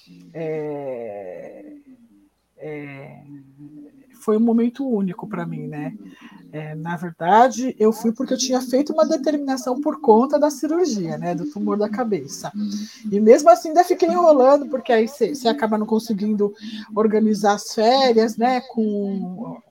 [SPEAKER 4] foi um momento único para mim, né? Na verdade, eu fui porque eu tinha feito uma determinação por conta da cirurgia, né? Do tumor da cabeça. E mesmo assim, ainda fiquei enrolando, porque aí você acaba não conseguindo organizar as férias, né? Com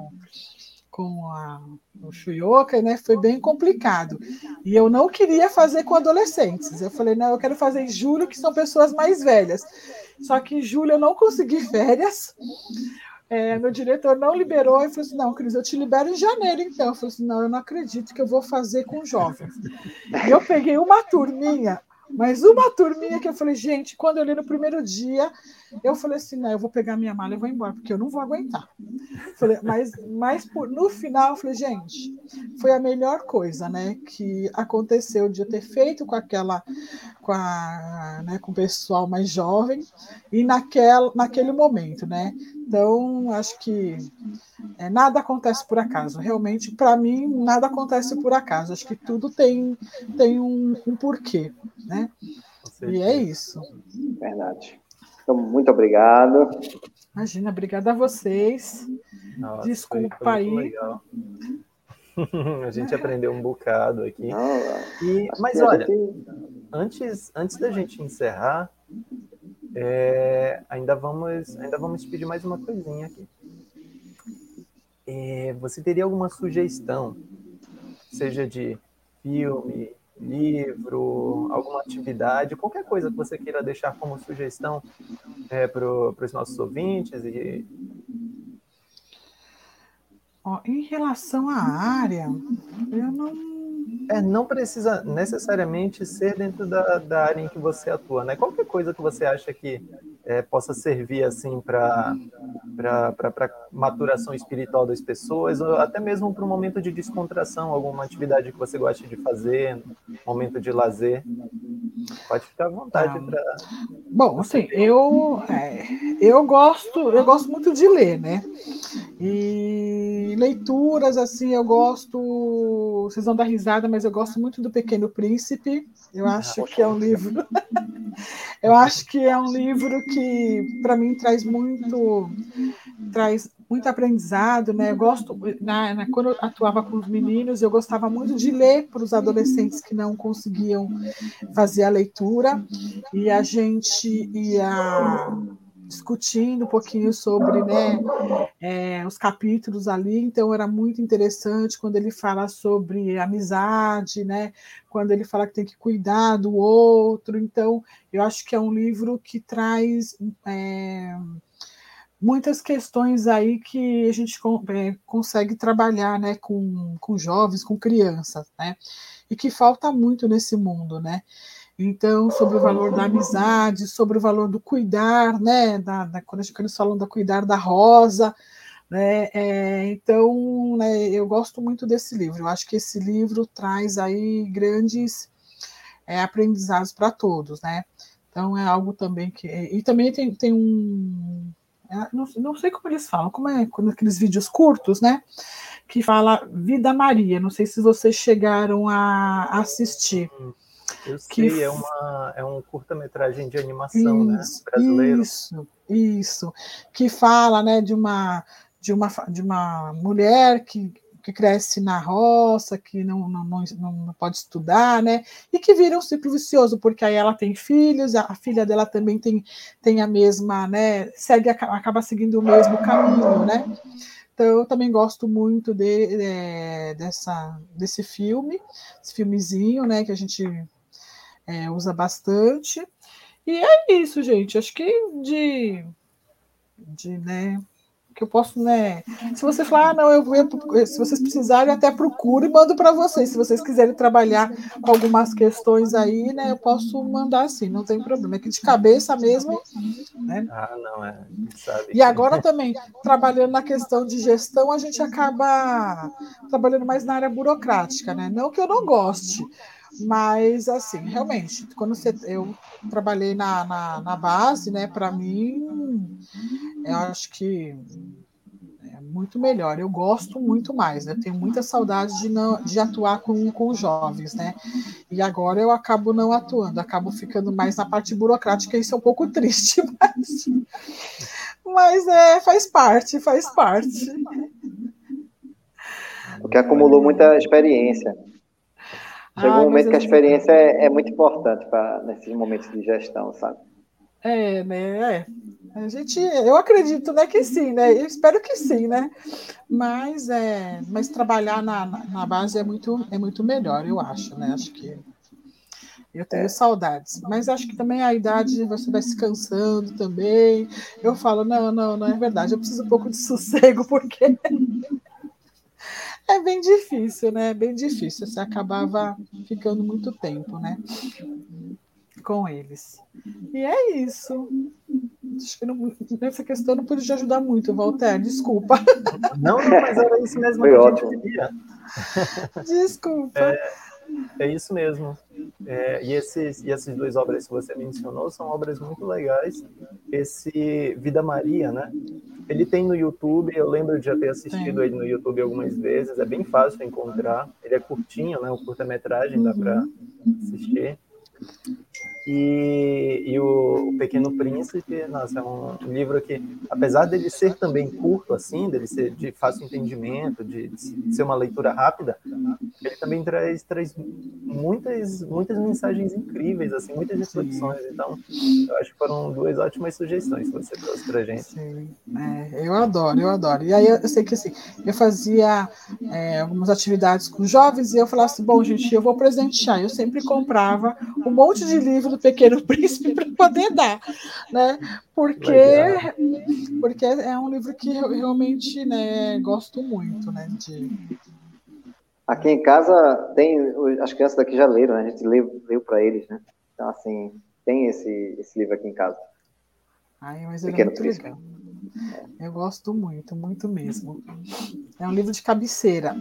[SPEAKER 4] o Shuyoka, né? Foi bem complicado. E eu não queria fazer com adolescentes. Eu falei, não, eu quero fazer em julho, que são pessoas mais velhas. Só que em julho eu não consegui férias. Meu diretor não liberou. Eu falei assim, não, Cris, eu te libero em janeiro, então. Eu falei assim, não, eu não acredito que eu vou fazer com jovens. E eu peguei uma turminha, mas uma turminha que eu falei, gente, quando eu li no primeiro dia, eu falei assim, não, eu vou pegar minha mala e vou embora, porque eu não vou aguentar. Falei, mas no final, eu falei, gente, foi a melhor coisa, né, que aconteceu de eu ter feito com o pessoal mais jovem e naquele momento, né? Então, acho que nada acontece por acaso. Realmente, para mim, nada acontece por acaso. Acho que tudo tem um porquê, né? E é isso.
[SPEAKER 3] Verdade. Então, muito obrigado.
[SPEAKER 4] Imagina, obrigada a vocês.
[SPEAKER 1] Nossa,
[SPEAKER 4] desculpa
[SPEAKER 1] foi
[SPEAKER 4] aí.
[SPEAKER 1] Legal. A gente aprendeu um bocado aqui. Mas olha, antes da gente encerrar, ainda vamos pedir mais uma coisinha aqui. Você teria alguma sugestão seja de filme, livro, alguma atividade, qualquer coisa que você queira deixar como sugestão para os nossos ouvintes.
[SPEAKER 4] Em relação à área, eu não...
[SPEAKER 1] Não precisa necessariamente ser dentro da área em que você atua, né? Qualquer coisa que você acha que possa servir assim para maturação espiritual das pessoas, ou até mesmo para um momento de descontração, alguma atividade que você goste de fazer, momento de lazer. Pode ficar à vontade para...
[SPEAKER 4] Bom, assim, eu gosto muito de ler, né? E leituras, assim, eu gosto... Vocês vão dar risada, mas eu gosto muito do Pequeno Príncipe. Eu acho que é um livro... Eu acho que é um livro que, para mim, traz muito aprendizado, né? Eu gosto, quando eu atuava com os meninos, eu gostava muito de ler para os adolescentes que não conseguiam fazer a leitura, e a gente ia discutindo um pouquinho sobre, né, os capítulos ali, então era muito interessante quando ele fala sobre amizade, né, quando ele fala que tem que cuidar do outro. Então eu acho que é um livro que traz muitas questões aí que a gente consegue trabalhar, né, com jovens, com crianças, né, e que falta muito nesse mundo, né. Então, sobre o valor da amizade, sobre o valor do cuidar, né, quando eles falam da cuidar da rosa, né, então, né, eu gosto muito desse livro. Eu acho que esse livro traz aí grandes aprendizados para todos, né. Então, é algo também que... E também tem um... Não sei como eles falam, quando aqueles vídeos curtos, né, que fala Vida Maria. Não sei se vocês chegaram a assistir.
[SPEAKER 1] Eu sei, é um curta-metragem de animação, né, brasileiro.
[SPEAKER 4] Isso, que fala, né, de uma mulher que cresce na roça, que não pode estudar, né, e que vira um ciclo vicioso, porque aí ela tem filhos, a filha dela também tem a mesma, né, acaba seguindo o mesmo caminho, né. Então, eu também gosto muito desse filme, esse filmezinho, né, que a gente usa bastante. E é isso, gente. Acho que né, que eu posso, né? Se você falar, não, se vocês precisarem, eu até procuro e mando para vocês. Se vocês quiserem trabalhar com algumas questões aí, né, eu posso mandar assim, não tem problema. É que de cabeça mesmo, né?
[SPEAKER 1] Não sabe.
[SPEAKER 4] E agora também, trabalhando na questão de gestão, a gente acaba trabalhando mais na área burocrática, né? Não que eu não goste, mas, assim, realmente, eu trabalhei na base, né, para mim, eu acho que é muito melhor. Eu gosto muito mais, né? Tenho muita saudade de atuar com jovens, né? E agora eu acabo não atuando, acabo ficando mais na parte burocrática, isso é um pouco triste, mas faz parte.
[SPEAKER 3] Porque acumulou muita experiência. Chega um momento que a experiência é muito importante nesses momentos de gestão, sabe?
[SPEAKER 4] Né? Eu acredito, né, que sim, né? Eu espero que sim, né? Mas trabalhar na base é muito melhor, eu acho, né? Acho que eu tenho saudades. Mas acho que também a idade você vai se cansando também. Eu falo, não é verdade. Eu preciso um pouco de sossego, porque é bem difícil, né? Bem difícil. Você acabava ficando muito tempo, né? Com eles. E é isso. Acho que nessa questão não pude te ajudar muito, Walter. Desculpa.
[SPEAKER 1] Não, mas era isso mesmo.
[SPEAKER 3] Foi
[SPEAKER 1] que
[SPEAKER 3] ótimo.
[SPEAKER 1] A gente queria.
[SPEAKER 4] Desculpa.
[SPEAKER 1] É isso mesmo. E essas duas obras que você mencionou são obras muito legais. Esse Vida Maria, né? Ele tem no YouTube, eu lembro de já ter assistido ele no YouTube algumas vezes, é bem fácil de encontrar. Ele é curtinho, né? Um curta-metragem, dá para assistir. E o Pequeno Príncipe, nossa, é um livro que, apesar dele ser também curto, assim, dele ser de fácil entendimento, de ser uma leitura rápida, ele também traz muitas mensagens incríveis, assim, muitas reflexões. Então, eu acho que foram 2 ótimas sugestões que você trouxe pra gente.
[SPEAKER 4] Sim, eu adoro. E aí eu sei que assim, eu fazia algumas atividades com jovens e eu falava assim, bom, gente, eu vou presentear. Eu sempre comprava um monte de livro do Pequeno Príncipe para poder dar, né? Porque é um livro que eu realmente, né, gosto muito, né?
[SPEAKER 3] Aqui em casa tem, as crianças daqui já leram, né? A gente leu para eles, né? Então, assim, tem esse livro aqui em casa.
[SPEAKER 4] Mas ele é muito legal. Eu gosto muito, muito mesmo. É um livro de cabeceira.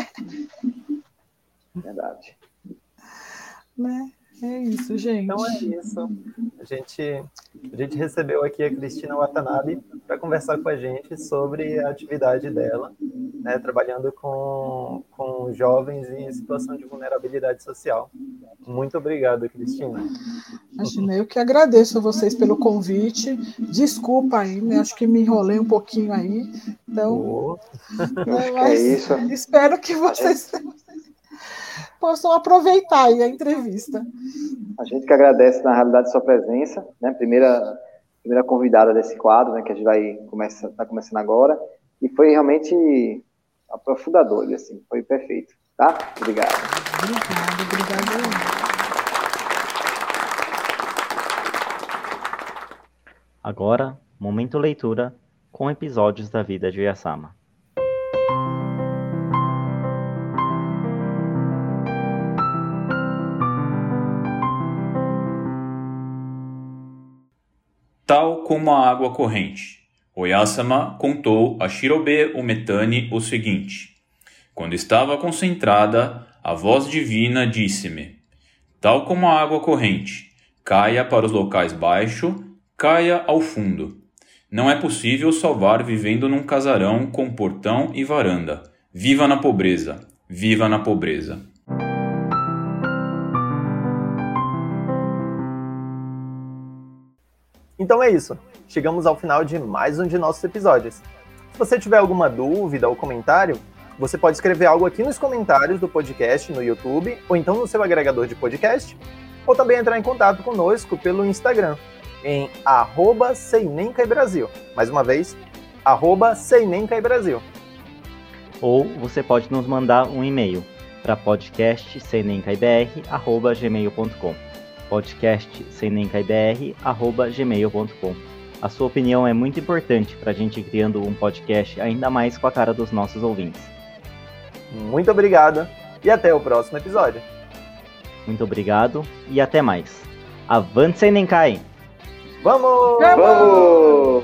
[SPEAKER 3] Verdade.
[SPEAKER 4] Né? É isso, gente.
[SPEAKER 1] Então é isso. A gente recebeu aqui a Cristina Watanabe para conversar com a gente sobre a atividade dela, né, trabalhando com jovens em situação de vulnerabilidade social. Muito obrigado, Cristina.
[SPEAKER 4] Imagina, eu que agradeço a vocês pelo convite. Desculpa aí, né? Acho que me enrolei um pouquinho aí. Então, mas
[SPEAKER 3] isso.
[SPEAKER 4] Espero que vocês possam aproveitar aí a entrevista.
[SPEAKER 3] A gente que agradece, na realidade, sua presença, né? Primeira convidada desse quadro, né? Que a gente tá começando agora. E foi realmente aprofundador, assim, foi perfeito, tá? Obrigado.
[SPEAKER 4] Obrigada.
[SPEAKER 2] Agora, momento leitura com episódios da vida de Yasama.
[SPEAKER 5] Tal como a água corrente. Oyasama contou a Shirobe Umetani o seguinte: quando estava concentrada, a voz divina disse-me: tal como a água corrente, caia para os locais baixos, caia ao fundo. Não é possível salvar vivendo num casarão com portão e varanda. Viva na pobreza, viva na pobreza.
[SPEAKER 1] Então é isso. Chegamos ao final de mais um de nossos episódios. Se você tiver alguma dúvida ou comentário, você pode escrever algo aqui nos comentários do podcast no YouTube, ou então no seu agregador de podcast, ou também entrar em contato conosco pelo Instagram, em @seinemcaibrasil. Mais uma vez, @seinemcaibrasil.
[SPEAKER 2] Ou você pode nos mandar um e-mail para podcastseinemcaibr@gmail.com podcastseinemcaibr@gmail.com. A sua opinião é muito importante para a gente ir criando um podcast ainda mais com a cara dos nossos ouvintes.
[SPEAKER 1] Muito obrigado e até o próximo episódio.
[SPEAKER 2] Muito obrigado e até mais. Avante Seinenkai!
[SPEAKER 1] Vamos!
[SPEAKER 3] Vamos!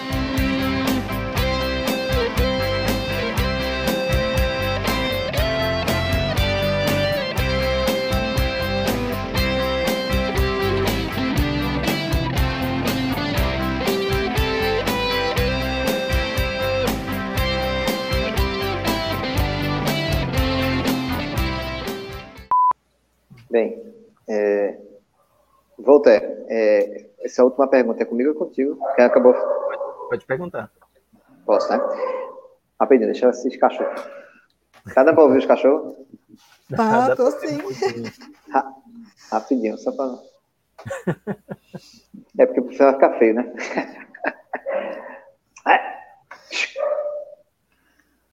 [SPEAKER 3] Bem, Voltaire, essa última pergunta é comigo ou contigo? Quem acabou?
[SPEAKER 1] Pode perguntar.
[SPEAKER 3] Posso, né? Rapidinho, deixa eu assistir os cachorros. Tá dando pra ouvir os cachorros?
[SPEAKER 4] Tá, tô sim.
[SPEAKER 3] Rapidinho, só pra... É porque vai ficar feio, né?